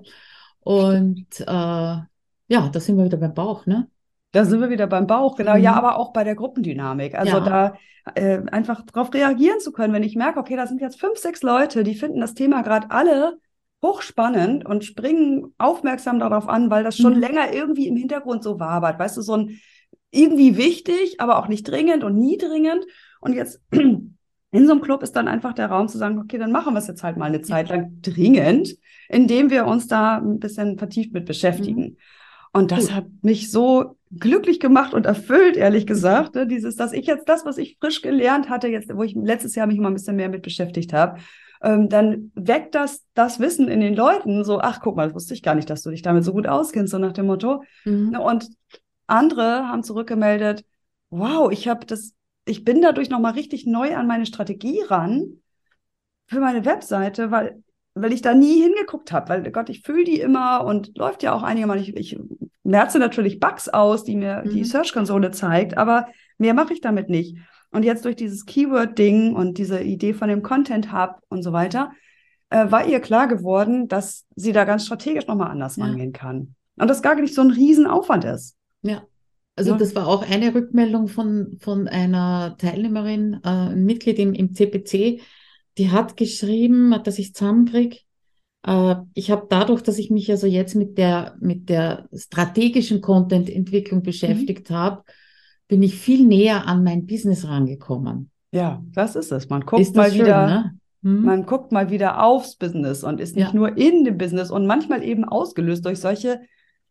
Und ja, da sind wir wieder beim Bauch, ne? Da sind wir wieder beim Bauch, genau. Ja, Mhm. aber auch bei der Gruppendynamik. Also Ja. da einfach darauf reagieren zu können, wenn ich merke, okay, da sind jetzt 5, 6 Leute, die finden das Thema gerade alle hochspannend und springen aufmerksam darauf an, weil das schon Mhm. länger irgendwie im Hintergrund so wabert. Weißt du, so ein irgendwie wichtig, aber auch nicht dringend und nie dringend. Und jetzt in so einem Club ist dann einfach der Raum zu sagen, okay, dann machen wir es jetzt halt mal eine Ja. Zeit lang dringend, indem wir uns da ein bisschen vertieft mit Mhm. beschäftigen. Und das Gut. hat mich so glücklich gemacht und erfüllt, ehrlich gesagt, ne? Dass ich jetzt das, was ich frisch gelernt hatte, jetzt, wo ich letztes Jahr mich mal ein bisschen mehr mit beschäftigt habe, dann weckt das Wissen in den Leuten so, ach, guck mal, das wusste ich gar nicht, dass du dich damit so gut auskennst, so nach dem Motto. Ne? Mhm. Und andere haben zurückgemeldet, wow, ich bin dadurch nochmal richtig neu an meine Strategie ran für meine Webseite, weil ich da nie hingeguckt habe, weil Gott, ich fühle die immer und läuft ja auch einigermaßen. Ich merze natürlich Bugs aus, die mir die Mhm. Search-Konsole zeigt, aber mehr mache ich damit nicht. Und jetzt durch dieses Keyword-Ding und diese Idee von dem Content-Hub und so weiter, war ihr klar geworden, dass sie da ganz strategisch nochmal anders Ja. rangehen kann. Und das gar nicht so ein Riesenaufwand ist. Ja. Also Ne? das war auch eine Rückmeldung von einer Teilnehmerin, ein Mitglied im CPC, die hat geschrieben, dass ich es zusammenkriege. Ich habe dadurch, dass ich mich also jetzt mit der strategischen Content-Entwicklung Mhm. beschäftigt habe, bin ich viel näher an mein Business rangekommen. Ja, das ist es. Ist das schön, ne? Man guckt mal wieder aufs Business und ist nicht Ja, nur in dem Business und manchmal eben ausgelöst durch solche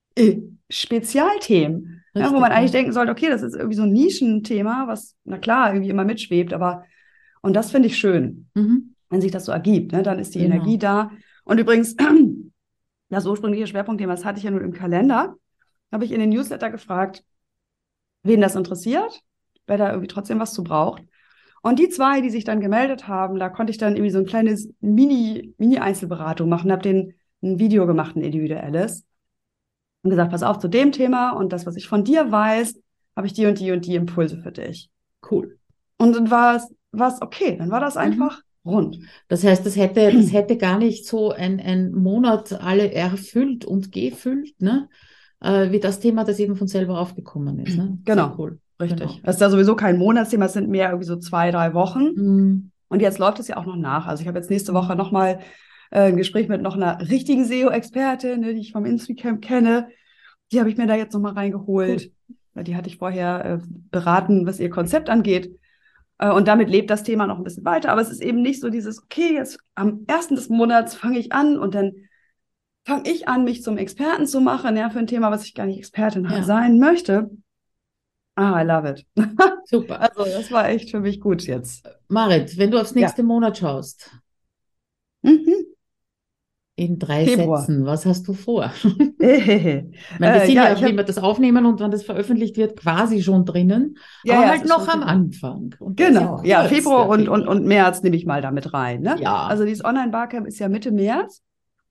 Spezialthemen, ja, wo man richtig, eigentlich ja. denken sollte, okay, das ist irgendwie so ein Nischenthema, was, na klar, irgendwie immer mitschwebt, aber, und das finde ich schön, Mhm. wenn sich das so ergibt, ne, dann ist die Energie Genau. da. Und übrigens, das ursprüngliche Schwerpunktthema, das hatte ich ja nur im Kalender, habe ich in den Newsletter gefragt, wen das interessiert, wer da irgendwie trotzdem was zu braucht. Und die zwei, die sich dann gemeldet haben, da konnte ich dann irgendwie so ein kleines Mini-Einzelberatung machen, habe denen ein Video gemacht, ein individuelles, und gesagt, pass auf zu dem Thema und das, was ich von dir weiß, habe ich die und die Impulse für dich. Cool. Und dann war es okay, dann war das Mhm. einfach rund. Das heißt, das hätte gar nicht so ein Monat alle erfüllt und gefüllt, ne? Wie das Thema, das eben von selber aufgekommen ist, ne? Sehr Genau, cool. richtig. Genau. Das ist ja sowieso kein Monatsthema, es sind mehr irgendwie so 2, 3 Wochen. Mhm. Und jetzt läuft es ja auch noch nach. Also ich habe jetzt nächste Woche Mhm. nochmal ein Gespräch mit noch einer richtigen SEO-Expertin, ne, die ich vom Instacamp kenne. Die habe ich mir da jetzt nochmal Cool. reingeholt. Die hatte ich vorher beraten, was ihr Konzept angeht. Und damit lebt das Thema noch ein bisschen weiter. Aber es ist eben nicht so dieses, okay, jetzt am 1. des Monats fange ich an und dann fange ich an, mich zum Experten zu machen, ja, für ein Thema, was ich gar nicht Expertin Ja, sein möchte. I love it. super. Also das war echt für mich gut jetzt. Marit, wenn du aufs Ja. nächste Monat schaust, Mhm. in 3 Februar. Sätzen, was hast du vor? Äh, Ich meine, wir sind ja, ja, ich wie habe, wir das aufnehmen und wann das veröffentlicht wird, quasi schon drinnen, ja, aber ja, es halt ist noch schon am Februar. Anfang. Und der ist ja Genau, ja, kurz, Februar der und Februar. März nehme ich mal damit rein. Ne? Ja. Also dieses Online-Barcamp ist ja Mitte März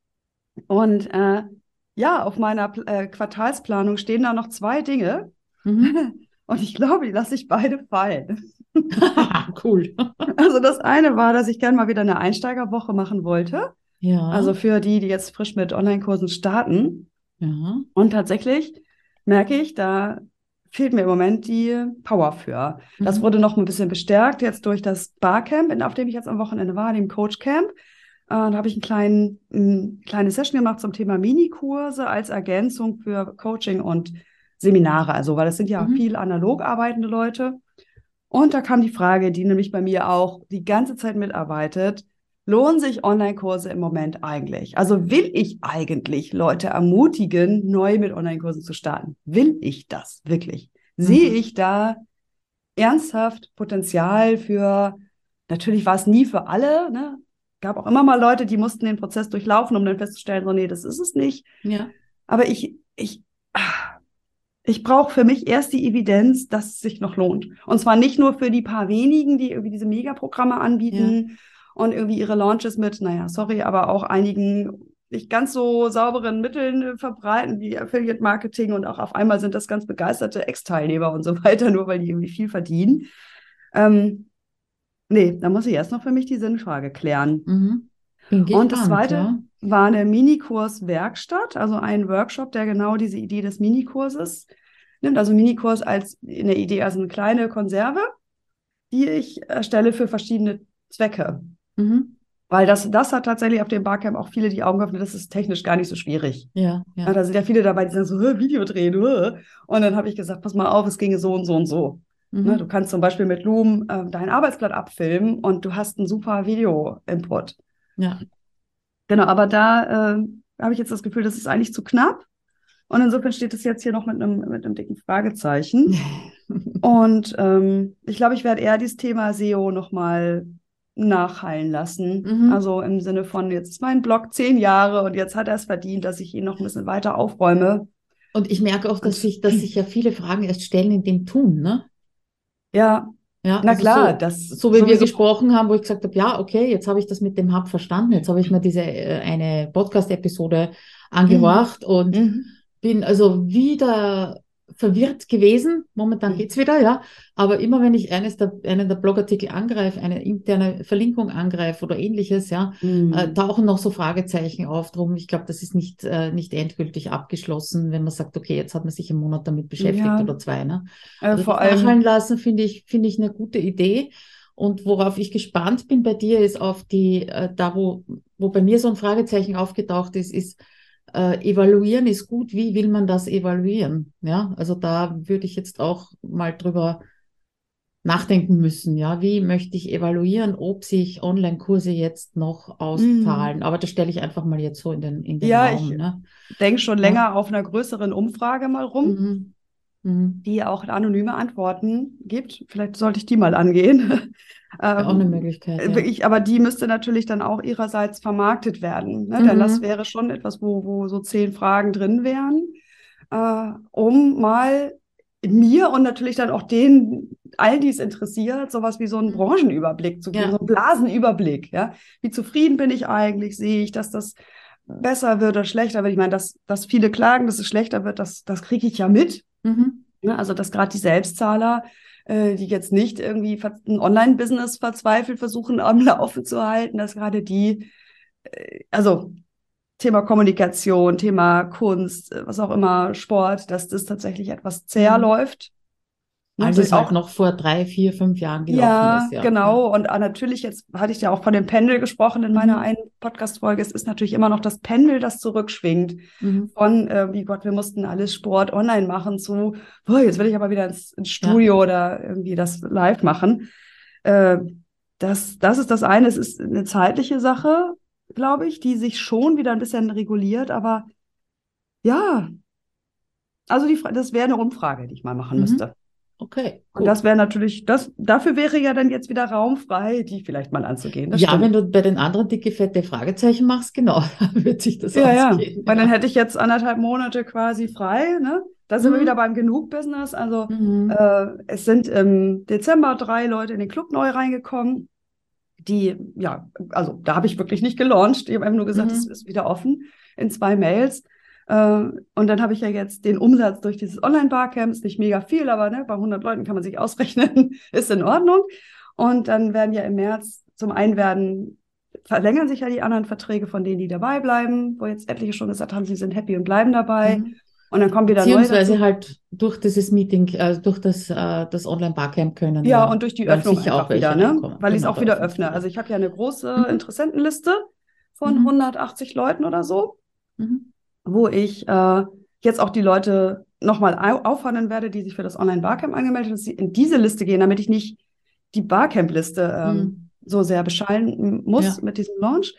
und ja, auf meiner Quartalsplanung stehen da noch 2 Dinge Mhm. und ich glaube, die lasse ich beide fallen. Cool. Also das eine war, dass ich gerne mal wieder eine Einsteigerwoche machen wollte. Ja, Also für die, die jetzt frisch mit Online-Kursen starten. ja. Und tatsächlich merke ich, da fehlt mir im Moment die Power für. Das Mhm. wurde noch ein bisschen bestärkt jetzt durch das Barcamp, auf dem ich jetzt am Wochenende war, dem Coachcamp. Da habe ich kleine Session gemacht zum Thema Minikurse als Ergänzung für Coaching und Seminare. Also, weil das sind ja Mhm. viel analog arbeitende Leute. Und da kam die Frage, die nämlich bei mir auch die ganze Zeit mitarbeitet. Lohnen sich Online-Kurse im Moment eigentlich? Also will ich eigentlich Leute ermutigen, neu mit Online-Kursen zu starten? Will ich das wirklich? Sehe Mhm. ich da ernsthaft Potenzial für, natürlich war es nie für alle, ne? Gab auch immer mal Leute, die mussten den Prozess durchlaufen, um dann festzustellen, so, nee, das ist es nicht. Ja, Aber ich brauche für mich erst die Evidenz, dass es sich noch lohnt. Und zwar nicht nur für die paar wenigen, die irgendwie diese Megaprogramme ja. anbieten und irgendwie ihre Launches mit, naja, sorry, aber auch einigen nicht ganz so sauberen Mitteln verbreiten, wie Affiliate Marketing, und auch auf einmal sind das ganz begeisterte Ex-Teilnehmer und so weiter, nur weil die irgendwie viel verdienen. Ähm, nee, da muss ich erst noch für mich die Sinnfrage klären. Mhm. Bin Und das gespannt, zweite ja. war eine Minikurs-Werkstatt, also ein Workshop, der genau diese Idee des Minikurses nimmt. Also Minikurs als eine Idee, also eine kleine Konserve, die ich erstelle für verschiedene Zwecke. Mhm. Weil das hat tatsächlich auf dem Barcamp auch viele die Augen geöffnet, das ist technisch gar nicht so schwierig. Ja, Ja, ja. da sind ja viele dabei, die sagen so, Video drehen. Und dann habe ich gesagt, pass mal auf, es ginge so und so und so. Ne, du Mhm. kannst zum Beispiel mit Loom dein Arbeitsblatt abfilmen und du hast einen super Video-Input. Ja. Genau, aber da habe ich jetzt das Gefühl, das ist eigentlich zu knapp. Und insofern steht es jetzt hier noch mit einem dicken Fragezeichen. Und ich glaube, ich werde eher dieses Thema SEO nochmal nachhallen lassen. Mhm. Also im Sinne von, jetzt ist mein Blog 10 Jahre und jetzt hat er es verdient, dass ich ihn noch ein bisschen weiter aufräume. Und ich merke auch, dass Und sich ja viele Fragen erst stellen in dem Tun, ne? ja, Ja, na also klar, so, das so wie wir sowieso. gesprochen haben, wo ich gesagt habe, ja, okay, jetzt habe ich das mit dem Hub verstanden, jetzt habe ich mir diese eine Podcast-Episode Mhm. angehorcht und Mhm. bin also wieder verwirrt gewesen. Momentan Mhm. geht's wieder, ja. Aber immer wenn ich einen der Blogartikel angreife, eine interne Verlinkung angreife oder ähnliches, ja, Mhm. tauchen noch so Fragezeichen auf. Drum, ich glaube, das ist nicht endgültig abgeschlossen, wenn man sagt, okay, jetzt hat man sich einen Monat damit beschäftigt Ja, oder 2, ne? Also vor das Nachhallen allem, lassen finde ich eine gute Idee. Und worauf ich gespannt bin bei dir, ist auf da wo bei mir so ein Fragezeichen aufgetaucht ist, evaluieren ist gut. Wie will man das evaluieren? Ja, also da würde ich jetzt auch mal drüber nachdenken müssen, ja, wie möchte ich evaluieren, ob sich Online-Kurse jetzt noch auszahlen. Aber das stelle ich einfach mal jetzt so in den Ja, Raum, ich ne? denke schon Ja. länger auf einer größeren Umfrage mal rum, Mhm. Mhm. die auch anonyme Antworten gibt. Vielleicht sollte ich die mal angehen. Wäre auch eine Möglichkeit, ja. Aber die müsste natürlich dann auch ihrerseits vermarktet werden. Ne? Denn das Mhm. wäre schon etwas, wo so 10 Fragen drin wären, um mal mir und natürlich dann auch allen, die es interessiert, sowas wie so einen Branchenüberblick zu geben, so Ja. einen Blasenüberblick. Ja? Wie zufrieden bin ich eigentlich? Sehe ich, dass das besser wird oder schlechter wird? Ich meine, dass viele klagen, dass es schlechter wird, das kriege ich ja mit. Mhm. Ne? Also, dass gerade die Selbstzahler, die jetzt nicht irgendwie ein Online-Business verzweifelt versuchen, am Laufen zu halten, dass gerade die, also Thema Kommunikation, Thema Kunst, was auch immer, Sport, dass das tatsächlich etwas zäher Mhm. läuft. Ne? Als So es halt auch, noch vor 3, 4, 5 Jahren gelaufen ja, ist, ja. Ja. genau. Und natürlich, jetzt hatte ich ja auch von dem Pendel gesprochen in meiner Mhm. einen Podcast-Folge. Es ist natürlich immer noch das Pendel, das zurückschwingt Mhm. von, wie Gott, wir mussten alles Sport online machen zu, boah, jetzt will ich aber wieder ins Ja. Studio oder irgendwie das live machen. Äh, das ist das eine. Es ist eine zeitliche Sache, glaube ich, die sich schon wieder ein bisschen reguliert. Aber ja, also das wäre eine Umfrage, die ich mal machen Mhm. müsste. Okay, Und das gut. wäre natürlich, dafür wäre ja dann jetzt wieder Raum frei, die vielleicht mal anzugehen. Das Ja, stimmt. wenn du bei den anderen dicke, fette Fragezeichen machst, genau, dann wird sich das Ja, ja. ausgehen, Weil dann ja. hätte ich jetzt 1,5 Monate quasi frei, ne? Da sind wir wieder Mhm. beim Genug-Business. Also Mhm. es sind im Dezember 3 Leute in den Club neu reingekommen, die, ja, also da habe ich wirklich nicht gelauncht. Ich habe einfach nur gesagt, es Mhm. ist wieder offen in 2 Mails. Und dann habe ich ja jetzt den Umsatz durch dieses Online-Barcamp, ist nicht mega viel, aber ne, bei 100 Leuten kann man sich ausrechnen, ist in Ordnung. Und dann werden ja im März zum einen verlängern sich ja die anderen Verträge von denen, die dabei bleiben, wo jetzt etliche schon gesagt haben, sie sind happy und bleiben dabei. Mhm. Und dann kommen wieder neue Beziehungsweise dazu. halt durch dieses Meeting, durch das Online-Barcamp können Ja, ja, und durch die werden Öffnung sicher auch einfach wieder, welche ne? reinkommen. Weil ich es Genau, auch der wieder Öffnung öffne. Also wieder. ich habe ja eine große Mhm. Interessentenliste von Mhm. 180 Leuten oder so, Mhm. wo ich jetzt auch die Leute nochmal auffordern werde, die sich für das Online-Barcamp angemeldet haben, dass sie in diese Liste gehen, damit ich nicht die Barcamp-Liste Mhm. so sehr beschallen muss Ja. mit diesem Launch.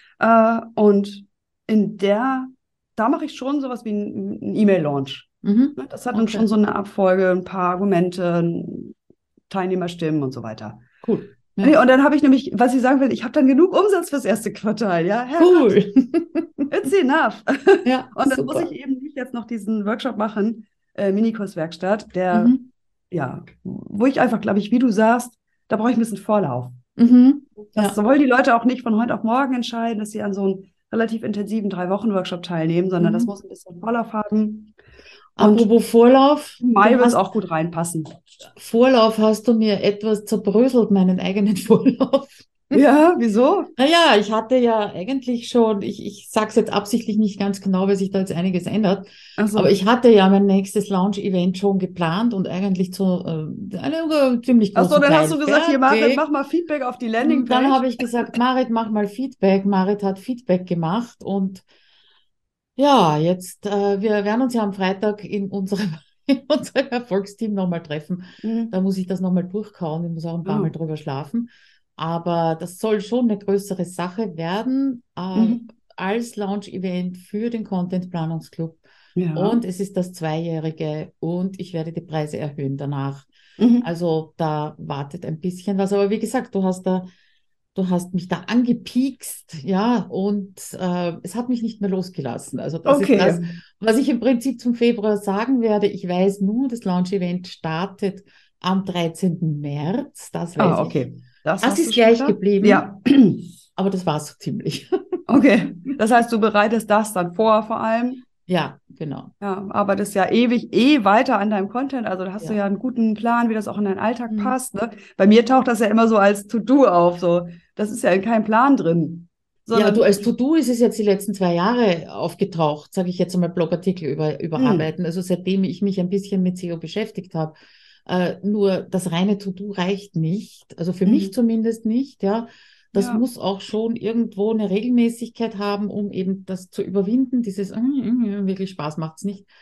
Und in da mache ich schon sowas wie einen E-Mail-Launch. Mhm. Ne? Das hat dann Okay, schon so eine Abfolge, ein paar Argumente, Teilnehmerstimmen und so weiter. cool. Nee, Ja. und dann habe ich nämlich, was ich sagen will, ich habe dann genug Umsatz fürs erste Quartal. Ja, Herrgott, Cool. it's enough. Ja, Und dann muss ich super. eben nicht jetzt noch diesen Workshop machen, Minikurswerkstatt, der, Mhm. ja, wo ich einfach, glaube ich, wie du sagst, da brauche ich ein bisschen Vorlauf. Mhm. Das Ja. sollen die Leute auch nicht von heute auf morgen entscheiden, dass sie an so einem relativ intensiven 3 Wochen-Workshop teilnehmen, sondern das Mhm. muss ein bisschen Vorlauf haben. Und Apropos Vorlauf, im Mai wird es auch gut reinpassen. Vorlauf hast du mir etwas zerbröselt, meinen eigenen Vorlauf. Ja, wieso? Naja, ich hatte ja eigentlich schon, ich sage es jetzt absichtlich nicht ganz genau, weil sich da jetzt einiges ändert, aber Also, ich hatte ja mein nächstes Launch-Event schon geplant und eigentlich zu einem ziemlich ach so, großen dann hast Teil du gesagt, hier, Marit, mach fertig. mal Feedback auf die Und dann Landingpage. habe ich gesagt, Marit, mach mal Feedback. Marit hat Feedback gemacht und ja, jetzt, wir werden uns ja am Freitag in unserem, in unserem Erfolgsteam nochmal treffen. Mhm. Da muss ich das nochmal durchkauen. Ich muss auch ein paar Mal Oh. drüber schlafen. Aber das soll schon eine größere Sache werden, Mhm. als Launch-Event für den Content-Planungsclub. Ja. Und es ist das Zweijährige und ich werde die Preise erhöhen danach. Mhm. Also da wartet ein bisschen was. Aber wie gesagt, du hast mich da angepiekst, ja, und es hat mich nicht mehr losgelassen. Also das ist Okay. das, was ich im Prinzip zum Februar sagen werde. Ich weiß nur, das Launch-Event startet am 13. März, das weiß Ah, ich. okay. Das Das hast du ist schon gleich wieder? geblieben, Ja. aber das war es so ziemlich. Okay. Das heißt, du bereitest das dann vor allem. Ja, genau. Ja, arbeitest ja ewig weiter an deinem Content. Also da hast du Ja. ja einen guten Plan, wie das auch in deinen Alltag Hm. passt. Ne? Bei mir taucht das ja immer so als To-Do auf. So, das ist ja in keinem Plan drin. Ja, du, Sondern, als To-Do ist es jetzt die letzten 2 Jahre aufgetaucht, sage ich jetzt einmal Blogartikel hm, überarbeiten. Also seitdem ich mich ein bisschen mit SEO beschäftigt habe. Nur das reine To-Do reicht nicht, also für mich mhm. zumindest nicht, ja. Das Ja, muss auch schon irgendwo eine Regelmäßigkeit haben, um eben das zu überwinden. Wirklich Spaß macht's nicht.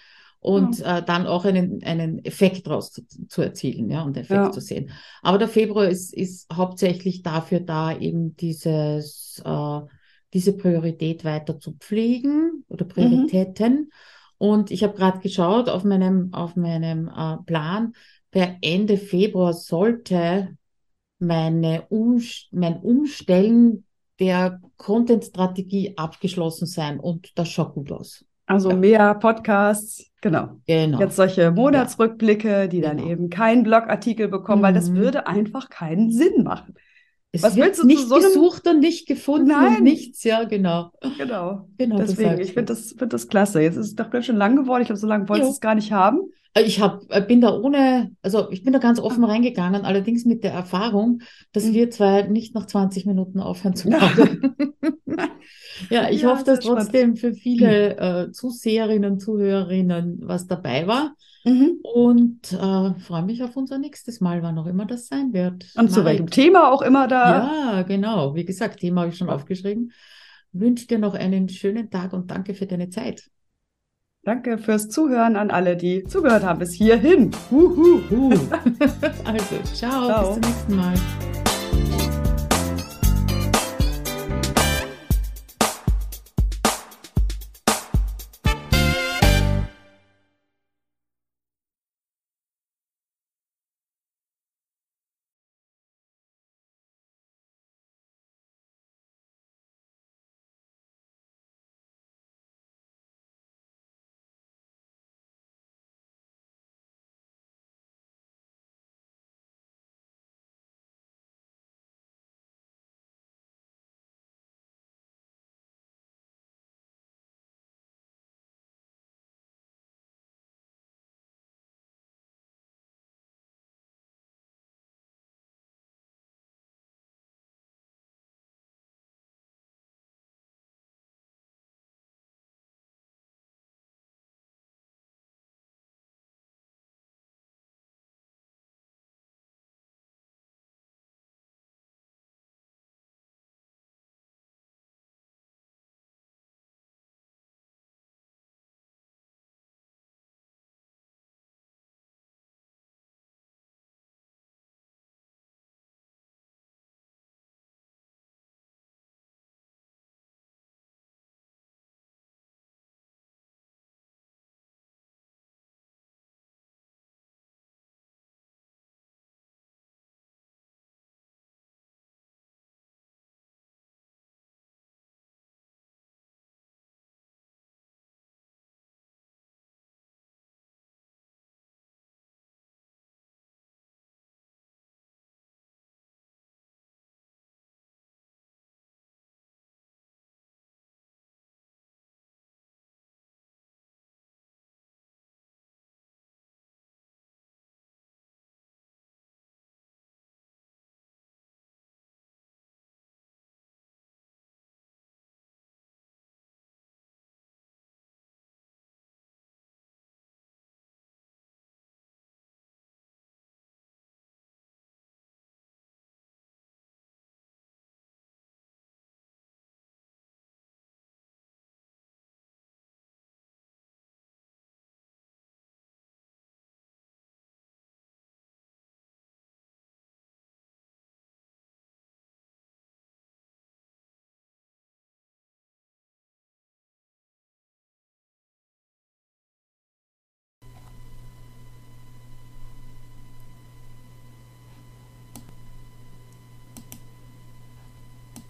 und dann auch einen Effekt daraus zu erzielen, ja, und Effekt zu sehen. Aber der Februar ist hauptsächlich dafür da, eben diese Priorität weiter zu pflegen oder Prioritäten. Und ich habe gerade geschaut auf meinem Plan, per Ende Februar sollte mein Umstellen der Content-Strategie abgeschlossen sein und das schaut gut aus. Also mehr Podcasts, genau. Jetzt solche Monatsrückblicke, die dann eben keinen Blogartikel bekommen, weil das würde einfach keinen Sinn machen. Es wird nicht gesucht und nicht gefunden und nichts, ja, genau. Genau. Deswegen, ich finde das klasse. Jetzt ist es doch ganz schön lang geworden. Ich glaube, so lange wolltest du es gar nicht haben. Ich bin da ganz offen reingegangen, allerdings mit der Erfahrung, dass wir zwei nicht nach 20 Minuten aufhören zu plaudern. Ja, ich hoffe, dass trotzdem für viele Zuseherinnen, Zuhörerinnen was dabei war. Und freue mich auf unser nächstes Mal, wann auch immer das sein wird. Und zu welchem Thema auch immer da. Ja, genau. Wie gesagt, Thema habe ich schon aufgeschrieben. Wünsche dir noch einen schönen Tag und danke für deine Zeit. Danke fürs Zuhören an alle, die zugehört haben bis hierhin. Also, ciao, bis zum nächsten Mal.